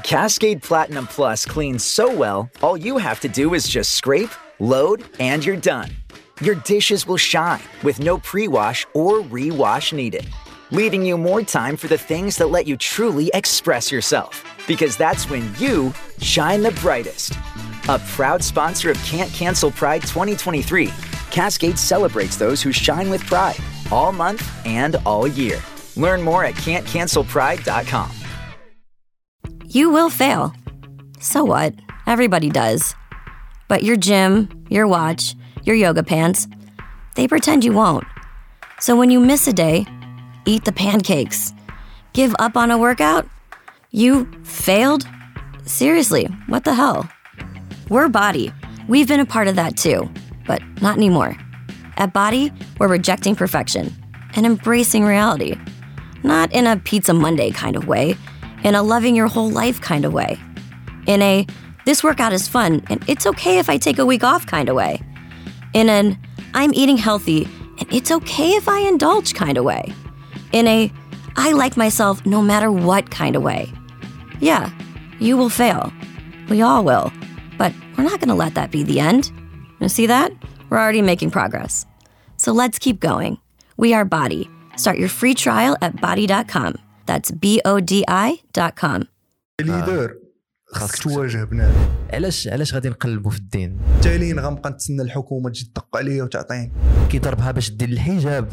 Cascade Platinum Plus cleans so well, all you have to do is just scrape, load, and you're done. Your dishes will shine with no pre-wash or re-wash needed, leaving you more time for the things that let you truly express yourself. Because that's when you shine the brightest. A proud sponsor of Can't Cancel Pride 2023, Cascade celebrates those who shine with pride all month and all year. Learn more at can'tcancelpride.com. You will fail. So what? Everybody does. But your gym, your watch, your yoga pants, they pretend you won't. So when you miss a day, eat the pancakes. Give up on a workout? You failed? Seriously, what the hell? We're Body. We've been a part of that too, but not anymore. At Body, we're rejecting perfection and embracing reality. Not in a Pizza Monday kind of way, in a loving your whole life kind of way. In a, this workout is fun and it's okay if I take a week off kind of way. In an, I'm eating healthy and it's okay if I indulge kind of way. In a, I like myself no matter what kind of way. Yeah, you will fail. We all will. But we're not gonna let that be the end. You see that? We're already making progress. So let's keep going. We are Body. Start your free trial at body.com. That's BODI.com. ليدر خاصك تواجه بنادم. علاش غادي نقلبوا في الدين؟ تالين غنبقى نتسنى الحكومه تجي تدق عليا وتعطيني كيضربها باش دير الحجاب.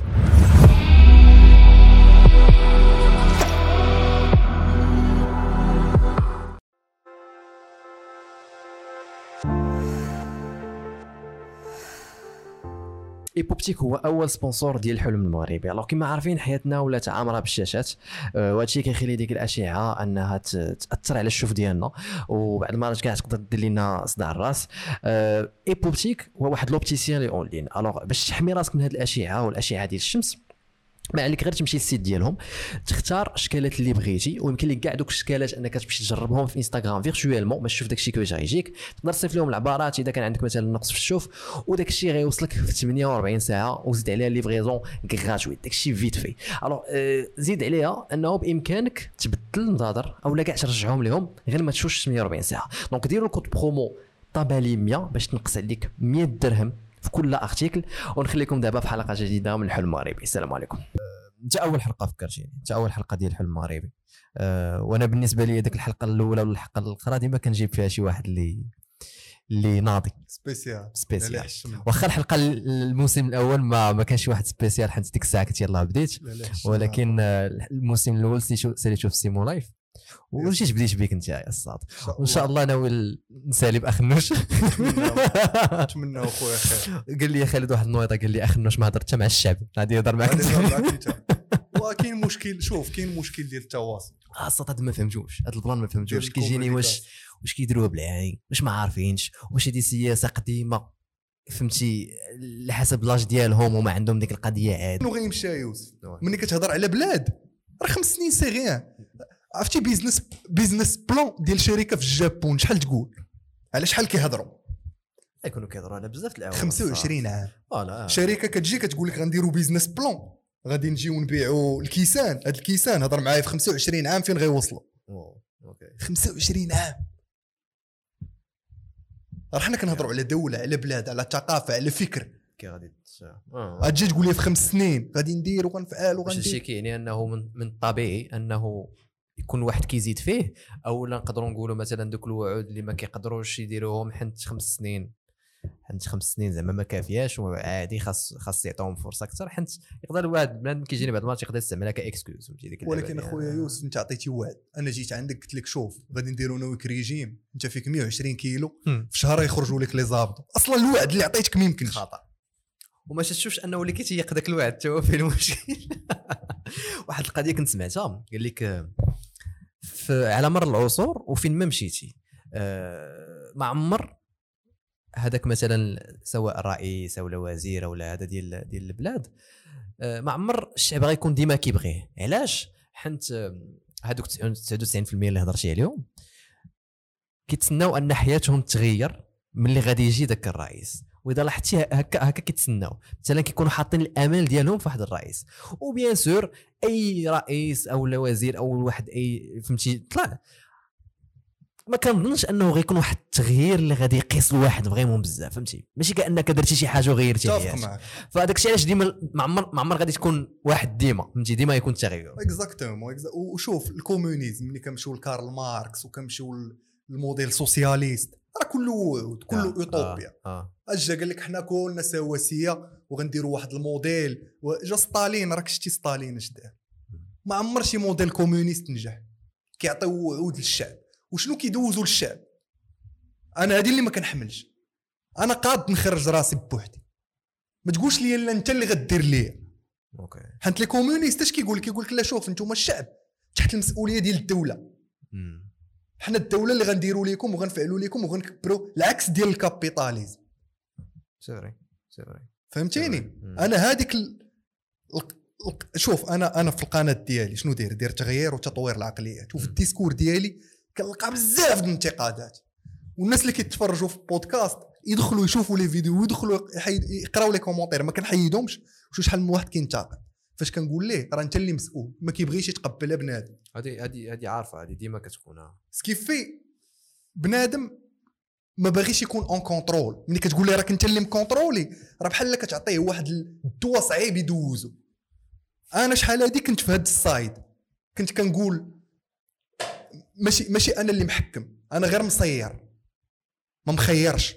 ايبوبتيك هو اول سبونسور ديال الحلم المغربي. الوغ كما عارفين حياتنا ولات عامره بالشاشات، وهادشي كيخلي ديك الاشعه انها تاثر على الشوف ديالنا، وبعض المرات كاع تقدر دير لنا صداع الراس. ايبوبتيك هو واحد لوبتيسيان لي اونلاين. الوغ باش تحمي راسك من هاد الاشعه والاشعه ديال الشمس، ما عليك غير تمشي للسيت ديالهم، تختار اشكالات اللي بغيتي، ويمكن لك كاع دوك الاشكالات انك تمشي تجربهم في انستغرام فيرتوالمون باش تشوف داكشي كيفاش غيجيك. تقدر تصيفط لهم العبارات اذا كان عندك مثلا نقص في الشوف، وداكشي غيوصلك في 48 ساعه، وزيد عليها ليفريزون غراتويت، داكشي فيت في. الوغ زيد عليها انه بامكانك تبدل النظاظر اولا كاع ترجعهم لهم غير ما تشوفش 48 ساعه. دونك ديروا الكود برومو طابالي 100 باش تنقص عليك 100 درهم في كل ارتيكل. ونخليكم دابا في حلقه جديده من الحلم المغربي. السلام عليكم. انت اول حلقه فكرتيني، انت اول حلقه ديال الحلم المغربي. وانا بالنسبه لي ديك الحلقه الاولى ولا الحلقه الاخرى ديما كنجيب فيها شي واحد اللي ناضي سبيسيال. واخا الحلقه الموسم الاول ما كانش واحد سبيسيال حيت ديك الساعه كنت يلاه بديت، ولكن الموسم الاول ساليتو في سيمو لايف ومشيت بديت بيك انت يا الصاد. وان شاء الله ناوي نسالي باخنوش. نتمنى اخويا خير. قال لي خالد واحد النويطه، قال لي اخنوش ما هضرت مع الشعب، غادي يهضر معك. وكاين مشكل، شوف كاين مشكل ديال التواصل. الصاد هذا ما فهمتوش، هذا البلان ما فهمتوش. كيجيني واش كيديروها بالعين، واش ما عارفينش، واش هذه سياسه قديمه فهمتي على حسب لاج ديالهم وما عندهم ديك القضيه عاد. شنو غيمشي يوسف ملي كتهضر على بلاد راه 5 سنين سي غيان. عرفتي بيزنس بلان ديال شركه في اليابان شحال تقول؟ على شحال كيهضروا؟ يكونوا كيهضروا على بزاف د 25 عام. فوالا شركه كتجي كتقول لك غنديروا بيزنس بلان، غادي نجيو نبيعوا الكيسان. هذا الكيسان هضر معايا في 25 عام فين غيوصلوا. اوكي 25 عام. راه حنا كنهضروا على دوله، على بلاد، على ثقافه، على فكر. كي غادي غتجي تقول لي في 5 سنين غادي ندير وغنفعل وغندير. الشيء كيعني انه من الطبيعي انه يكون واحد كيزيد فيه، او نقدروا نقولوا مثلا دوك الوعود اللي ما كيقدروش يديروهم حنت 5 سنين، حنت 5 سنين زعما ما كافياش، وعادي خاص يعطيهم فرصه اكثر، حنت يقدر واحد بنادم كيجيني بعض المرات يقدر يستعملها كاكسكيوز فهمتي ديك. ولكن اخويا يوسف انت عطيتي وعد، انا جيت عندك قلت لك شوف غادي نديروا نويك ريجيم، انت فيك 120 كيلو في شهر يخرجوا لك لي زابط. اصلا الوعد اللي عطيتك ما يمكنش خطا، وما تشوفش انه اللي كيتيق داك الوعد حتى هو فيه المشكل. واحد القضيه كنت سمعتها قال لك على مر العصور وفين ما مشيتي ما عمر هذاك مثلا سواء رئيس او وزير او هذا ديال البلاد، ما عمر الشعب غيكون ديما كيبغيه. علاش؟ حنت هذوك 99% اللي هضرتي عليهم كيتسناو ان حياتهم تغير ملي غادي يجي داك الرئيس. واذا لاحظتي هكا كيتسناو مثلا كيكونوا حاطين الامال ديالهم في واحد الرئيس، وبيان سور اي رئيس او وزير او واحد اي فهمتي طلع ما كنظنش انه غيكون واحد التغيير اللي غادي يقيس الواحد فريمون بزاف فهمتي ماشي كانك درتي شي حاجه وغيرتيها اتفق معك فهذاك الشيء علاش ديما ما عمر غادي تكون واحد ديما فهمتي ديما يكون التغير اكزاكتومون وشوف الكومونيزم ملي كنمشيو لكارل ماركس وكنمشيو الموديل سوسياليست راه كله وعود كله اوتوبيا اجا قال لك حنا كلنا سواسيه وغنديروا واحد الموديل وجا ستالين راك شتي ستالين اش دار ما عمر شي موديل كومونيست نجح كيعطيو وعود للشعب وشنو كيدوزوا للشعب انا هذه اللي ما كنحملش انا قاد نخرج راسي بوحدي ما تقولش لي لا انت اللي غدير ليا اوكي حنت لي كومونيست اش كيقول لك لا شوف نتوما الشعب تحت المسؤوليه ديال الدوله حنا الدوله اللي غنديروا لكم وغنفعلوا لكم وغنكبروا العكس ديال الكابيتاليزم سيري فهمتيني انا هذيك شوف انا في القناه ديالي شنو دير تغيير وتطوير العقليات وفي الديسكور ديالي كنلقى بزاف د الانتقادات والناس اللي كيتفرجوا في البودكاست يدخلوا يشوفوا لي فيديو ويدخلوا يقراو لي كومونتير ما كنحيدهمش شحال من واحد كينتقد فاش كنقول ليه راه انت اللي مسؤول ما كيبغيش يتقبلها بنادم هذه عارفه هذه ديما كتكون سكيفي بنادم ما باغيش يكون اون كونترول ملي كتقول لي راك انت اللي مكونترولي راه بحال كتعطيه واحد الدواء صعيب يدوزو انا شحال هادي كنت في هاد السايد كنت كنقول ماشي انا اللي محكم انا غير مسير ما مخيرش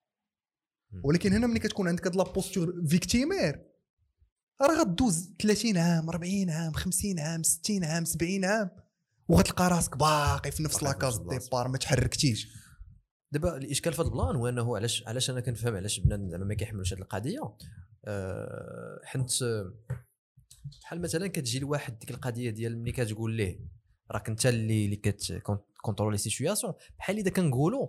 ولكن هنا ملي كتكون عندك هاد لابوستور فيكتيمير راه غدوز 30 عام 40 عام 50 عام 60 عام 70 عام وغتلقى راسك باقي في نفس لاكاز ديبار ما تحركتيش دابا الاشكال في هذا البلان هو انه علاش انا كنفهم علاش بنادم زعما ما كيحملوش هذه القضيه حنت بحال مثلا كتجي لواحد ديك القضيه ديال ملي كتقول ليه راك انت اللي كتكونترولي سيتوياسيون بحال اذا كنقولوا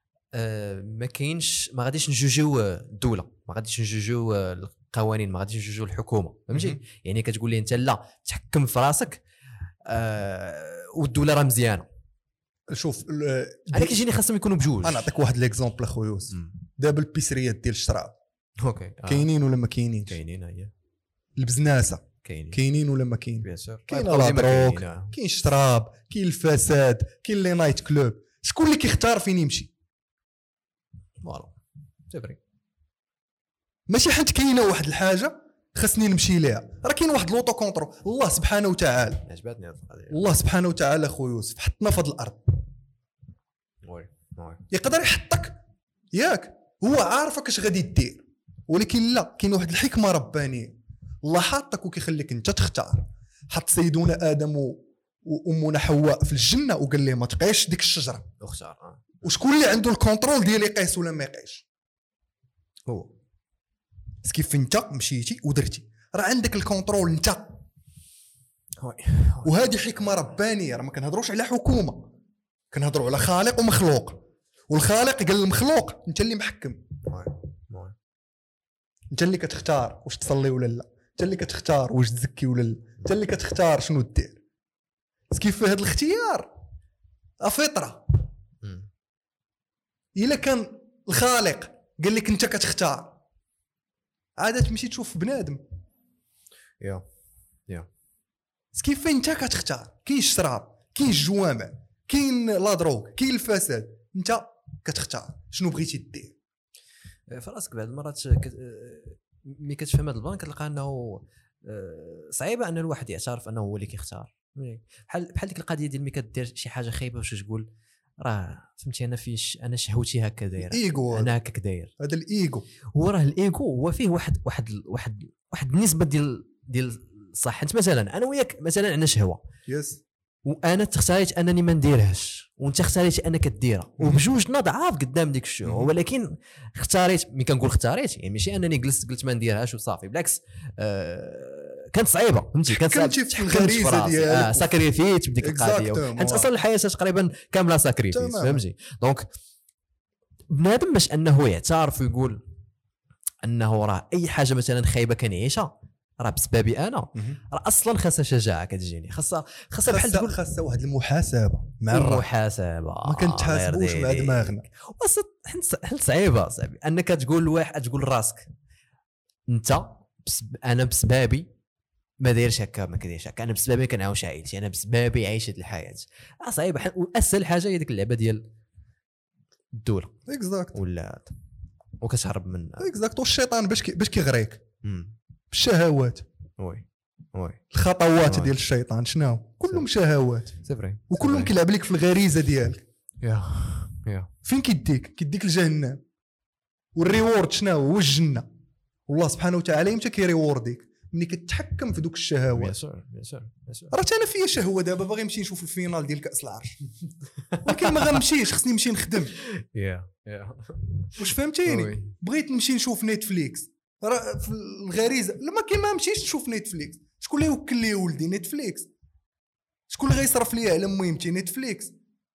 ما كاينش ما غاديش نجوجيو الدوله ما غاديش نجوجيو القوانين ما غاديش نجوجيو الحكومه فهمتي يعني كتقول لي انت لا تحكم في راسك والدوله راه مزيانه شوف انا كيجيني خاصهم يكونوا بجوج انا نعطيك واحد ليكزامبل اخويا يوسف دابا البيسريات ديال الشراب اوكي كاينين ولا ما كاينينش كاينين هي البزناسه كاينين ولا ما كاين بيان سور كاين الدروك كاين الشراب كاين الفساد كاين لي نايت كلوب شكون اللي كيختار فين يمشي فوالا تبري ماشي حيت كاينه واحد الحاجه خاصني نمشي ليها راه كاين واحد لوطو كونترول الله سبحانه وتعالى عجبتني هذه القضيه الله سبحانه وتعالى اخويا يوسف حطنا في هذه الارض وي يقدر يحطك ياك هو عارفك اش غادي دير ولكن لا كاين واحد الحكمه ربانيه الله حاطك وكيخليك انت تختار حط سيدنا ادم وامنا حواء في الجنه وقال لهم ما تقيش ديك الشجره اختار وشكون اللي عنده الكونترول ديال يقيس ولا ما يقيش هو كيف انت مشيتي ودرتي راه عندك الكونترول انت وهذه حكمه ربانيه راه ما كنهضروش على حكومه كنهضروا على خالق ومخلوق والخالق قال المخلوق انت اللي محكم انت اللي كتختار واش تصلي ولا لا انت اللي كتختار واش تزكي ولا لا انت اللي كتختار شنو دير كيف هذا الاختيار فطره الا كان الخالق قال لك انت كتختار عاده تمشي تشوف بنادم يا كيف انت كتختار كاين الشراب كاين الجوامع كاين لا دروغ كاين الفساد انت كتختار شنو بغيتي دير فراسك بعض المرات ملي كتفهم هذا البلان كتلقى انه صعيبه ان الواحد يعترف انه هو اللي كيختار بحال ديك القضيه ديال ملي كدير شي حاجه خايبه واش تقول راه فهمتي انا شهوتي هكا دايره ايغو انا هكاك داير هذا الايغو هو راه الايغو هو فيه واحد النسبه ديال صح انت مثلا انا وياك مثلا عندنا شهوه يس وانا اختاريت انني ما نديرهاش وانت اختاريت انك ديرها وبجوجنا ضعاف قدام ديك الشهوه ولكن اختاريت ملي كنقول اختاريت يعني ماشي انني قلت ما نديرهاش وصافي بالعكس كانت صعيبه فهمتي كانت صعيبه في الغريزه ديالك ساكريفيت بديك القضيه حيت اصلا الحياه تقريبا كامله ساكريفيت فهمتي دونك بنادم باش انه يعترف ويقول انه راه اي حاجه مثلا خايبه كنعيشها راه بسببي انا راه اصلا خاصها شجاعه كتجيني خاصها بحال تقول خاصها واحد المحاسبه مع المحاسبه ما كنتحاسبوش مع دماغنا حيت صعيبه صاحبي انك تقول لواحد تقول لراسك انت انا بسبابي ما دايرش هكا ما كديرش هكا، انا بسببي كنعاوش عائلتي، انا بسببي عايش هاد الحياه. صعيب. واسهل حاجه هي ديك اللعبه ديال الدوله اكزاكت ولا وكتهرب من اكزاكت. والشيطان باش كيغريك بالشهوات. وي الخطوات ديال الشيطان شنو كلهم شهوات، سي فري، وكلهم كيلعب لك في الغريزه ديالك. يا فين كيديك لجهنم. والريورد شنو هو الجنه. والله سبحانه وتعالى يمتى كيريورديك ملي كتحكم في دوك الشهوات. بيان سور راه انا فيا شهوه دابا باغي نمشي نشوف الفينال ديال كاس العرش، ولكن ما غنمشيش، خصني نمشي نخدم. يا واش فهمتيني؟ بغيت نمشي نشوف نتفليكس، راه في الغريزه لما كيما نمشيش نشوف نتفليكس. شكون اللي يوكل لي ولدي نتفليكس؟ شكون اللي غيصرف لي على مهمتي نتفليكس؟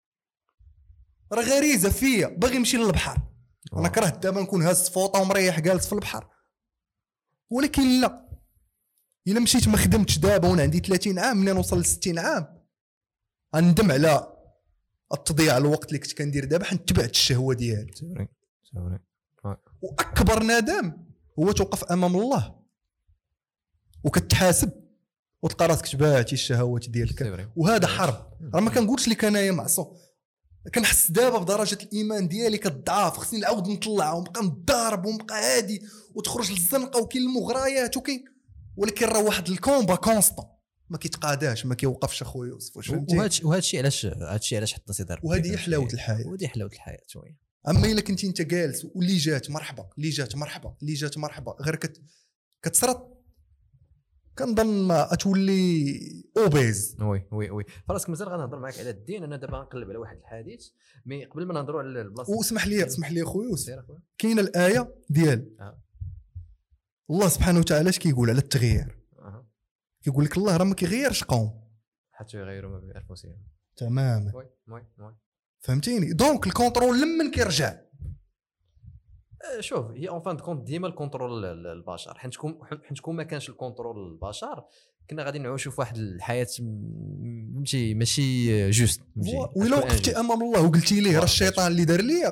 راه غريزه فيا، باغي نمشي للبحر. انا كرهت دابا نكون هاز فوطه ومريح جالس في البحر، ولكن لا، الا مشيت ما خدمتش دابا وانا عندي 30 عام، منين نوصل ل 60 عام غندم على التضييع الوقت اللي كنت كندير دابا، حيت تبعت الشهوه ديالي. سوري. واكبر ندم هو توقف امام الله وكتحاسب وتلقى راسك تبعتي الشهوات ديالك. وهذا حرب. راه ما كنقولش لك انايا معصوم، كنحس دابا بدرجه الايمان ديالي كتضعف، خصني نعاود نطلع ونبقى نضارب ونبقى هادي وتخرج للزنقه وكاين المغريات وكاين، ولكن راه واحد الكومبا كونستون ما كيتقاداش ما كيوقفش اخويا يوسف. واش فهمتي؟ وهذا الشيء علاش حطنا سي ضرب. وهذه هي حلاوه الحياه. ودي حلاوه الحياه شويه. اما الا كنتي انت جالس واللي جات مرحبا، اللي جات مرحبا، اللي جات مرحبا، غير كتسرط، كنظن تولي اوبيز. وي فراسك مازال غنهضر معاك على الدين. انا دابا غنقلب على واحد الحديث، مي قبل ما نهضروا على البلاصه واسمح لي اخويا يوسف، كاينه الايه ديال الله سبحانه وتعالى اش كيقول على التغيير. كيقول لك الله راه ما كيغيرش قوم حتى يغيروا ما بانفسهم. تماما. وي فهمتيني؟ دونك الكونترول لمن كيرجع. شوف، هي اون فان كونت ديما الكونترول البشر، حيت كون ما كانش الكونترول البشر كنا غادي نعيشوا في واحد الحياه ماشي جوست. وإلا وقفتي امام الله وقلتي ليه راه الشيطان اللي دار ليا،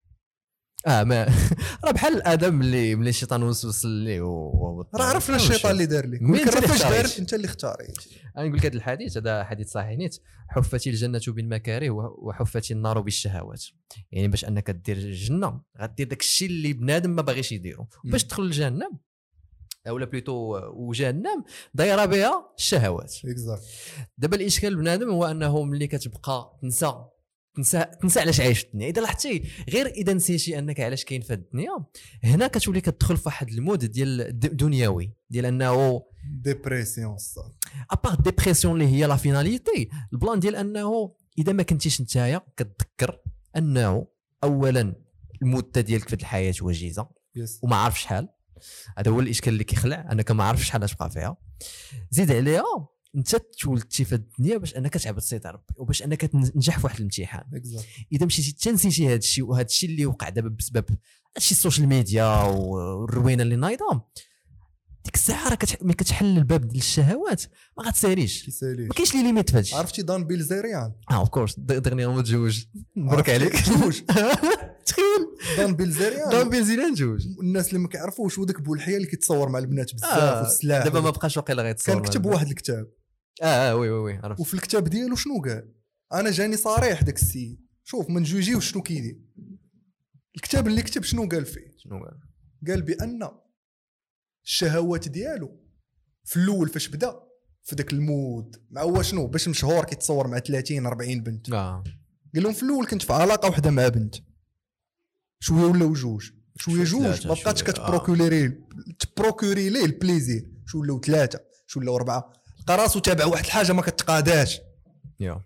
ما راه بحال ادم اللي ملي الشيطان وسوس ليه راه عرفنا الشيطان اللي دار لك، فاش دار انت اللي اختاريت. انا نقول لك هذا الحديث، هذا حديث صحيح نيت: حفتي الجنه بالمكاره وحفتي النار بالشهوات. يعني باش انك دير الجنه غدير داك الشيء اللي بنادم ما باغيش يديرو، باش تدخل الجهنم اولا بليتو وجهنم دايره بها الشهوات. دابا الاشكال بنادم هو انه ملي كتبقى تنسى علاش عايش في الدنيا. اذا لاحظتي غير اذا نسيتي انك علاش كاين في الدنيا، هنا كتولي كتدخل في واحد المود ديال دنيوي، ديال انه ديبرسيون ابار ديبرسيون اللي هي لا فيناليتي. البلان ديال انه اذا ما كنتيش نتايا كتذكر انه اولا المده ديالك في الحياه وجيزه وما عارف شحال. هذا هو الاشكال اللي كيخلع، انك ما عارف شحال تبقى فيها. زيد عليها انت تولدتي في الدنيا باش انك تعبد سيد ربي وباش انك تنجح في واحد الامتحان. اذا مشيتي تنسيتي هذا الشيء، وهذا الشيء اللي وقع دابا بسبب هادشي السوشيال ميديا والروينه اللي نايضه، ديك الساعه راه ملي كتحل الباب ديال الشهوات ما غاتساليش، ما كاينش لي ليميت في هادشي. عرفتي دان بيلزيريان؟ اوف كورس دغني متزوج، مبروك عليك. زوج تخيل دان بيلزيريان جوج. الناس اللي ما كيعرفوش وداك بولحيه اللي كيتصور مع البنات بزاف والسلاح. دابا ما بقاش واقيلا غيتصور. كان كتب واحد الكتاب وي عرفت. وفي الكتاب ديالو شنو قال؟ انا جاني صريح داك السيد، شوف من جوجيوش شنو كيدير. الكتاب اللي كتب شنو قال فيه؟ قال بان الشهوات ديالو في الاول فاش بدا في داك المود مع هو شنو باش مشهور كيتصور مع 30 40 بنت. قال لهم في الاول كنت في علاقه وحده مع بنت، شويه ولاو جوج، ما بقاتش كتبروكوري ليه البليزير، شو ولاو ثلاثه، شو ولاو اربعه، لقى راسو تابع واحد الحاجه ما كتقاداش. يا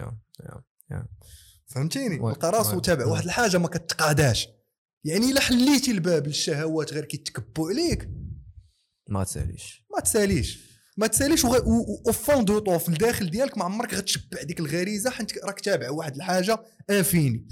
فهمتيني؟ لقى راسو تابع واحد الحاجه ما كتقاداش. يعني الا حليتي الباب للشهوات غير كيتكبوا عليك ما تساليش و فون دو طو في الداخل ديالك ما عمرك غتشبع ديك الغريزه، حيت راك تابع واحد الحاجه انفيني.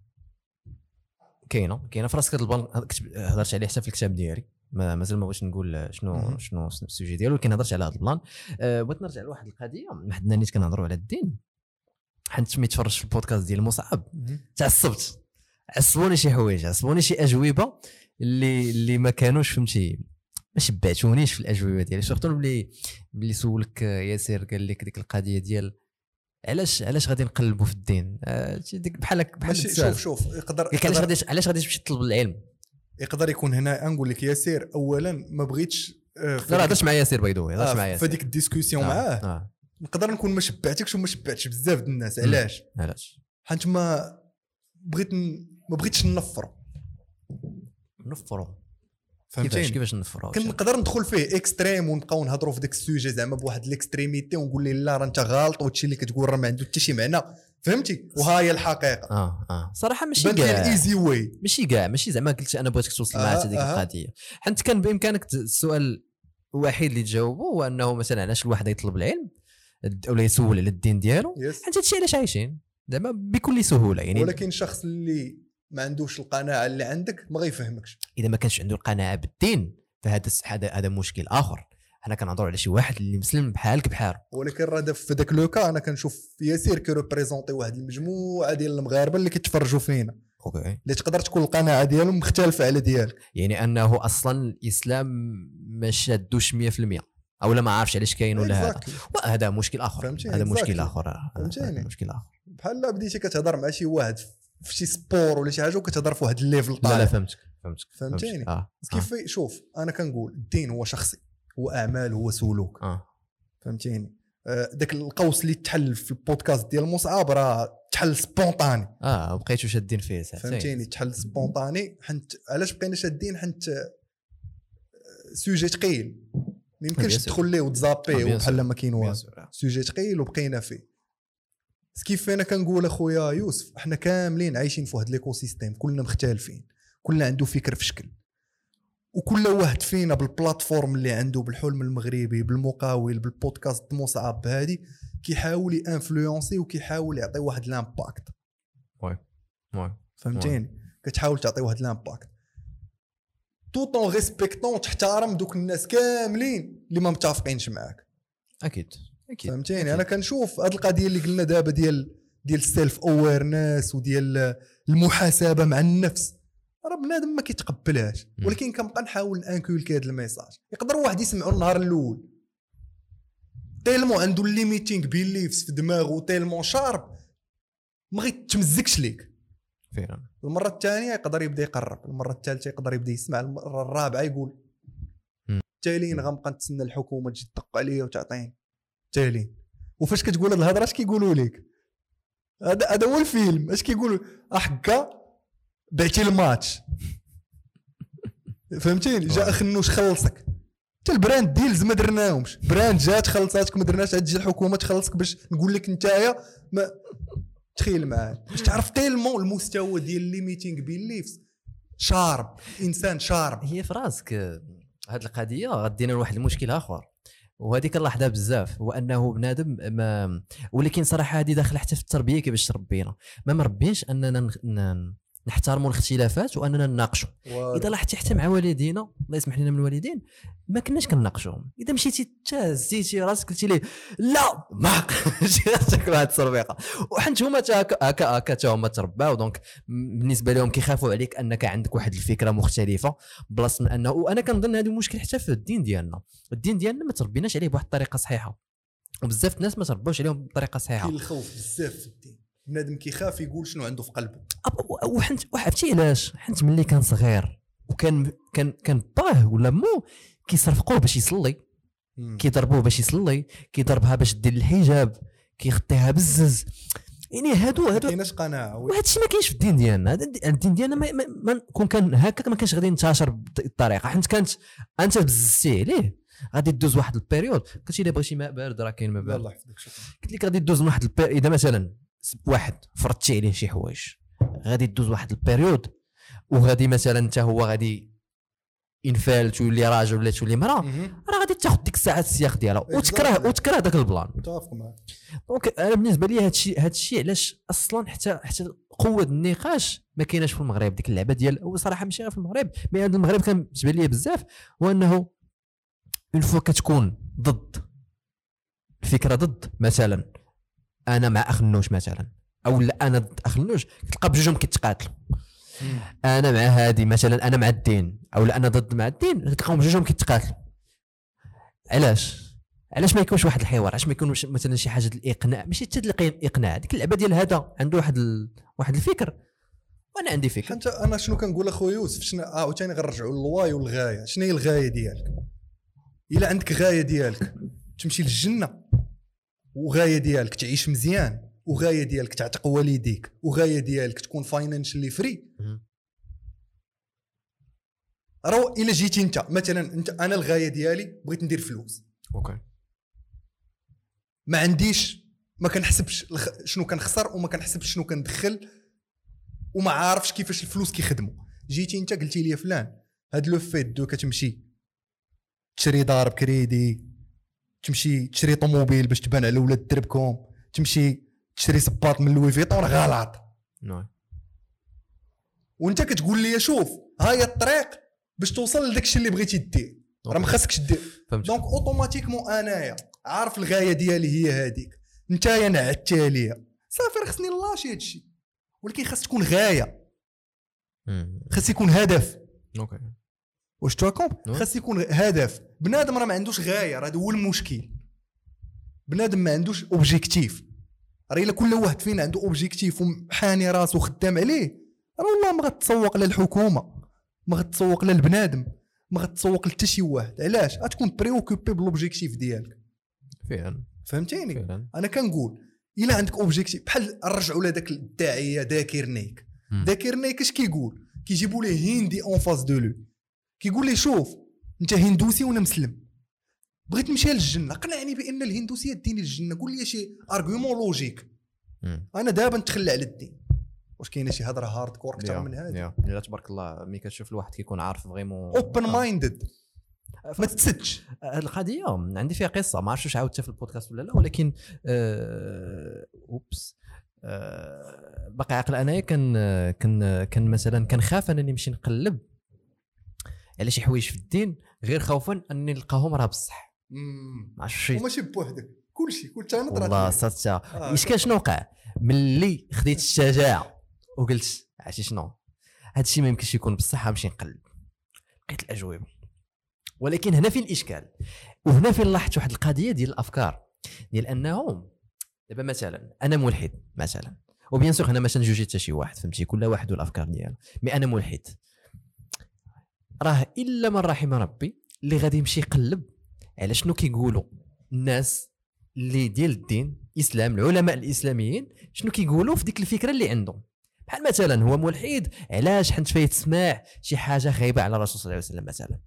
كاينه في راسك هذا البلان هضرت عليه حتى في الكتاب ديالي، مازال ما بغيتش نقول شنو السوجي ديالو، ولكن هضرت على هذا البلان. بغيت نرجع لواحد القضيه. حدنا نيت كنهضروا على الدين، حيت ملي تفرجت في البودكاست ديال مصعب تعصبت، عصبوني شي حوايج، عصبوني شي اجوبه اللي ما كانوش فهمتي ما شبعتونيش في الاجوبه ديالي، سورتو ملي سولك ياسر قال لك ديك القضيه ديال علاش غادي نقلبوا في الدين، ديك بحال شوف يقدر علاش غادي تمشي تطلب العلم. يقدر يكون هنا نقول لك ياسر اولا ما بغيتش لا هضرش مع ياسر بيضوي، هضرش مع ياسر فديك الديسكوسيون معاه. نقدر نكون ما شبعتكش وما شبعتش بزاف د الناس. علاش حيت ما بغيتش نفروا فهمتيني كيفاش نفروا. كنقدر ندخل فيه اكستريم ونبقاو نهضروا في داك السوجي زعما بواحد الاكستريميتي ونقول لي لا راه انت غلط وهادشي اللي كتقول راه ما عنده حتى شي معنى فهمتي. وها هي الحقيقه. صراحه ماشي كاع الايزي واي، ماشي زعما قلت انا بغيتك توصل معها حتى ديك القضيه. حيت كان بامكانك السؤال الوحيد اللي تجاوبه هو انه مثلا علاش الواحد يطلب العلم ولا يسول على الدين ديالو، حيت هادشي علاش عايشين زعما بكل سهوله يعني. ولكن الشخص اللي ما عندوش القناعه اللي عندك ما غيفهمكش. اذا ما كانش عنده القناعه بالدين فهذا مشكل اخر. حنا كنهضروا على شي واحد اللي مسلم بحالك بحاله. ولكن راه في داك لوكا انا كنشوف ياسير كيريبريزونطي واحد المجموعه ديال المغاربه اللي كيتفرجوا فينا، اوكي، اللي تقدر تكون القناعه ديالهم مختلفه على ديالك. يعني انه اصلا الاسلام ما شادوش 100% او لا ما عارفش علاش كاين ولا هذا مشكل اخر. هذا مشكل اخر بحال لا بديتي كتهضر مع شي واحد في شي سبور ولا شي حاجه وكتهضر في واحد الليفل طالع. لا فهمتك فهمتيني. كيف شوف انا كنقول الدين هو شخصي، هو اعمال، هو سلوك. فهمتيني. داك القوس اللي تحل في البودكاست ديال مصعب راه تحل سبونطاني. بقيتو شادين فيه فهمتيني. تحل سبونطاني. حنت علاش بقينا شادين؟ حنت سوجي ثقيل ما يمكنش تدخل ليه وتزابيه وبحال ما كاين والو. سوجي ثقيل وبقينا فيه. كيف انا كنقول اخويا يوسف احنا كاملين عايشين في واحد ليكو سيستيم، كلنا مختلفين، كلنا عنده فكر في شكل، وكل واحد فينا بالبلاتفورم اللي عنده، بالحلم المغربي، بالمقاول، بالبودكاست مصعب هذه كيحاول انفلونسي وكيحاول يعطي واحد لامباكت. فهمتيني. كتحاول تعطي واحد لامباكت توت اون ريسبكتون، تحترم دوك الناس كاملين اللي ما متفقينش معاك. اكيد فهمتيني. انا كنشوف هاد القضيه اللي قلنا دابا ديال السيلف اويرنس وديال المحاسبه مع النفس، راه بنادم ما كيتقبلهاش، ولكن كنبقى نحاول انكولكي هذا الميساج. يقدر واحد يسمعوا النهار الاول تيلمون عنده الليميتينغ بيليفز في دماغه تيلمون شارب ما غيتمزكش ليك فعلا. المره الثانيه يقدر يبدا يقرب، المره الثالثه يقدر يبدا يسمع، المره الرابعه يقول تالين غنبقى نتسنى الحكومه تجي تدق عليا وتعطيني تالين. وفاش كتقول هاد الهضره اش كيقولوا لك؟ هذا هو الفيلم. اش كيقولوا؟ حكا بعتي الماتش. فهمتيني. جا خنوش خلصك حتى البراند ديلز ما درناهمش، براند جات خلصاتك ما درناش، تجي الحكومه تخلصك باش نقول لك نتايا ما تخيل معايا باش تعرف تيلمون المستوى ديال ليميتينغ بيليفز شارب، انسان شارب. هي في راسك هاد القضيه غدينا لواحد المشكل اخر، وهذه كنلاحظها بزاف، هو انه بنادم ما، ولكن صراحه هذه داخله حتى في التربيه كيفاش تربينا، ما مربينش اننا نحترموا الاختلافات واننا نناقشوا. اذا لاحظتي حتى مع والدينا الله يسمح لنا من الوالدين ما كناش كنناقشوهم. اذا مشيتي تهزيتي راسك قلتي ليه لا ما تاكل هاد السربيقه، وحنت هما هكا هما ترباو، دونك بالنسبه لهم كيخافوا عليك انك عندك واحد الفكره مختلفه، بلاص من انه. وانا كنظن هذا مشكل حتى في الدين ديالنا. الدين ديالنا ما تربيناش عليه بواحد الطريقه صحيحه، وبزاف الناس ما تربوش عليهم بطريقه صحيحه. كاين الخوف بزاف في الدين، بنادم كيخاف يقول شنو عنده في قلبه. وحنت عرفتي علاش؟ حنت ملي كان صغير وكان كان باه ولا مو كيصرفقوه باش يصلي، كيضربوه باش يصلي، كيضربها باش دير الحجاب، كيخطيها بالزز. يعني هادو كايناش قناعه، وهذا الشيء ما كاينش في الدين ديالنا. الدين ديالنا ما كون كان هكا ما كانش غادي ينتشر بالطريقه، حيت كانت انت بززتي عليه غادي تدوز واحد البيريود. قلتي لي بغيتي ماء بارد راه كاين ماء بارد، الله يحفظك شكرا. قلت لك غادي تدوز واحد اذا مثلا واحد فرضتي عليه شي حوايج غادي تدوز واحد البيريود، وغادي مثلا انت هو غادي ينفال تولي راجل ولا تولي مراه، راه غادي تاخذ ديك الساعات السياق ديالها وتكره داك البلان. متفق معك. دونك انا بالنسبه لي هذا الشيء علاش اصلا حتى قوه النقاش ما كايناش في المغرب. ديك اللعبه ديال وصراحه ماشي غير في المغرب، مي هذا المغرب كان بالنسبه لي بزاف، هو انه اون فوا كتكون ضد الفكره، ضد مثلا انا مع اخنوش مثلا او لا انا ضد اخنوش، تلقى بجوجهم كيتقاتلوا. انا مع هذه مثلا، انا مع الدين او لا انا ضد مع الدين، تلقاهم جوجهم كيتقاتلوا. علاش ما يكونش واحد الحوار؟ علاش ما يكونش مثلا شي حاجه الاقناع؟ ماشي حتى الاقناع، ديك اللعبه ديال هذا عنده واحد الفكر وانا عندي فكر. حتى انا شنو كنقول اخويا يوسف، شنو عاوتاني غنرجعوا للواي والغايه. شنو هي الغايه ديالك؟ الا عندك غايه ديالك تمشي للجنه، وغايه ديالك تعيش مزيان، وغايه ديالك تعتق والديك، وغايه ديالك تكون فاينانشلي فري، راه الا جيتي انت مثلا انا الغايه ديالي بغيت ندير فلوس، اوكي، ما عنديش، ما كنحسبش شنو كنخسر وما كنحسبش شنو كندخل، وما عارفش كيفاش الفلوس كيخدموا. جيتي انت قلتي لي فلان هاد لو فيت دو كتمشي تشري دار بكريدي، تمشي تشري طوموبيل باش تبان على ولاد دربكم، تمشي تشري صباط من لوي فيتون، غلط. وانت كتقول لي شوف هاي الطريق باش توصل لداكشي اللي بغيتي دير، راه ما خاصكش دير. دونك اوتوماتيكمون انايا عارف الغايه ديالي هي هذيك، نتايا نعدتها ليا صافي، راه خصني نلاشي هادشي. ولكن خاص تكون غايه، خاص يكون هدف. اوكي، واش تواكم خاص يكون هدف. بنادم راه ما عندوش غايه، راه هذا هو المشكل. بنادم ما عندوش اوبجيكتيف. راه الا كل واحد فينا عنده اوبجيكتيف وحاني راسو خدام عليه، راه والله ما غتسوق لا الحكومه، ما غتسوق لا البنادم، ما غتسوق حتى شي واحد. علاش؟ غتكون بريوكوبي بالاوبجيكتيف ديالك فعلا. فهمتيني فعلا. انا كنقول الا عندك اوبجيكتيف، بحال نرجعوا لهذاك الداعيه ذاكر نيك. ذاكر نيك اش كيقول؟ كيجيبوا ليه هندي اون فاس دو لو، كيقول لي شوف انت هندوسي وانا مسلم، بغيت نمشي للجنه، قنعني بان الهندوسيه ديني للجنه، قول لي شي ارغيومون لوجيك. انا دابا نتخلى على الدين. واش كاينه شي هضره هارد كور اكثر من هذه؟ لا تبارك الله، ملي كتشوف الواحد كيكون عارف فريمون اوبن مايندد، ما تسدش. هذه القضيه عندي فيها قصه، ما عرفتش واش عاودتها في البودكاست ولا لا، ولكن باقي عاقل انايا كان مثلا كنخاف انني نمشي نقلب على شي حوايج في الدين غير خوفا اني نلقاهم راه بصح. ما عرفتش وماشي بوحدك، كلشي انا طرات والله صدت. الاشكال شنو وقع ملي خديت الشجاعه وقلت عرفتي شنو هادشي ما يمكنش يكون بصح، نمشي نقلب، لقيت الاجوبه. ولكن هنا فين الاشكال، وهنا فين لاحظت واحد القضيه ديال الافكار، ديال انهم دابا مثلا انا ملحد مثلا، وبيان سور هنا ماشي نجوجي حتى شي واحد، فهمتي، كل واحد والافكار ديالو، مي انا ملحد، راه الا من رحم ربي اللي غادي يمشي يقلب على شنو كيقولوا الناس اللي ديال الدين الاسلام، العلماء الاسلاميين شنو كيقولوا في ديك الفكره اللي عندهم. بحال مثلا هو ملحد علاش حنت فايت تسمع شي حاجه خايبه على الرسول صلى الله عليه وسلم مثلا،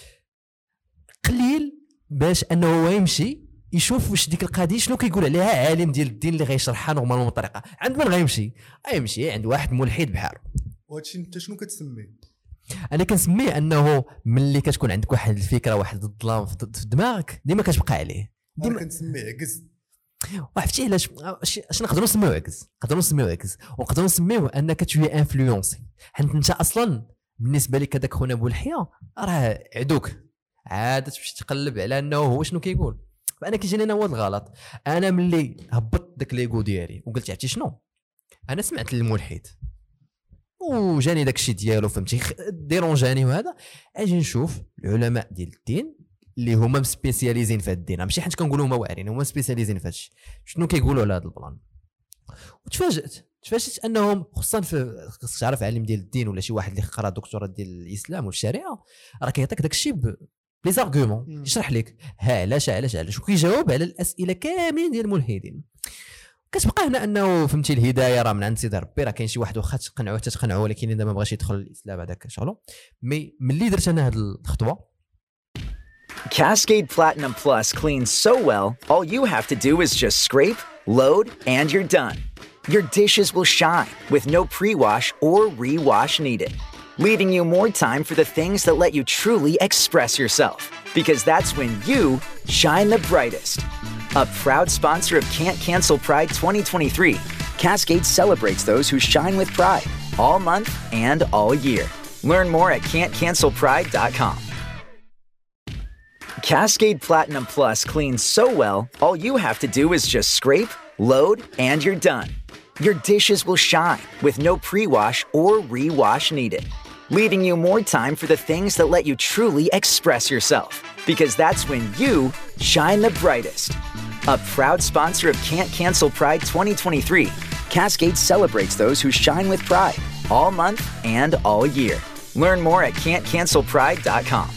قليل باش انه هو يمشي يشوف واش ديك القضيه شنو كيقول عليها عالم ديال الدين اللي غيشرحها نورمالمون بالطريقه. عند من غيمشي عند واحد ملحد بحال. وهادشي انت شنو كتسميه؟ انا كنسميه انه ملي كتكون عندك واحد الفكره، واحد الظلام في دماغك ديما كتبقى عليه، ديما كنسميه عكز. وعرفتي علاش اش نقدروا نسميوه عكز؟ ونقدروا نسميوه انك توي انفلونسي، حيت انت اصلا بالنسبه لك هذاك خونا بولحيه راه عدوك، عاد تمشي تقلب على انه هو شنو كيقول. فانا كيجيني انا هو الغلط. انا ملي هبطت داك ليغو ديالي وقلت عرفتي شنو، انا سمعت الملحد وجاني داك الشيء ديالو، فهمتي، ديرونجاني، وهذا اجي نشوف العلماء ديال الدين اللي هما سبيسياليزين في الدين، ماشي حيت كنقولوا هما واعرين، هما سبيسياليزين في هادشي، شنو كيقولوا على هذا البلان. وتفاجأت انهم خصوصا خصك تعرف عالم ديال الدين ولا شي واحد اللي قرا دكتوراه ديال الاسلام والشريعه، راه كيعطيك داك الشيء بلي زارغومون، يشرح لك ها علاش وكيجاوب على الاسئله كاملين ديال الملحدين. كتبقى هنا انه فهمتي الهدايه راه من عند سيدي ربي، راه كاين شي واحد واخا تقنعوه ولكن اذا ما بغاش يدخل الاسلام هذاك شغله. مي ملي درت انا هذه الخطوه، Cascade Platinum Plus cleans so well, all you have to do is just scrape, load, and you're done. Your dishes will shine with no pre-wash or re-wash needed, leaving you more time for the things that let you truly express yourself, because that's when you shine the brightest. A proud sponsor of Can't Cancel Pride 2023, Cascade celebrates those who shine with pride all month and all year. Learn more at can'tcancelpride.com. Cascade Platinum Plus cleans so well, all you have to do is just scrape, load, and you're done. your dishes will shine with no pre-wash or re-wash needed, leaving you more time for the things that let you truly express yourself. Because that's when you shine the brightest. A proud sponsor of Can't Cancel Pride 2023, Cascade celebrates those who shine with pride all month and all year. Learn more at can'tcancelpride.com.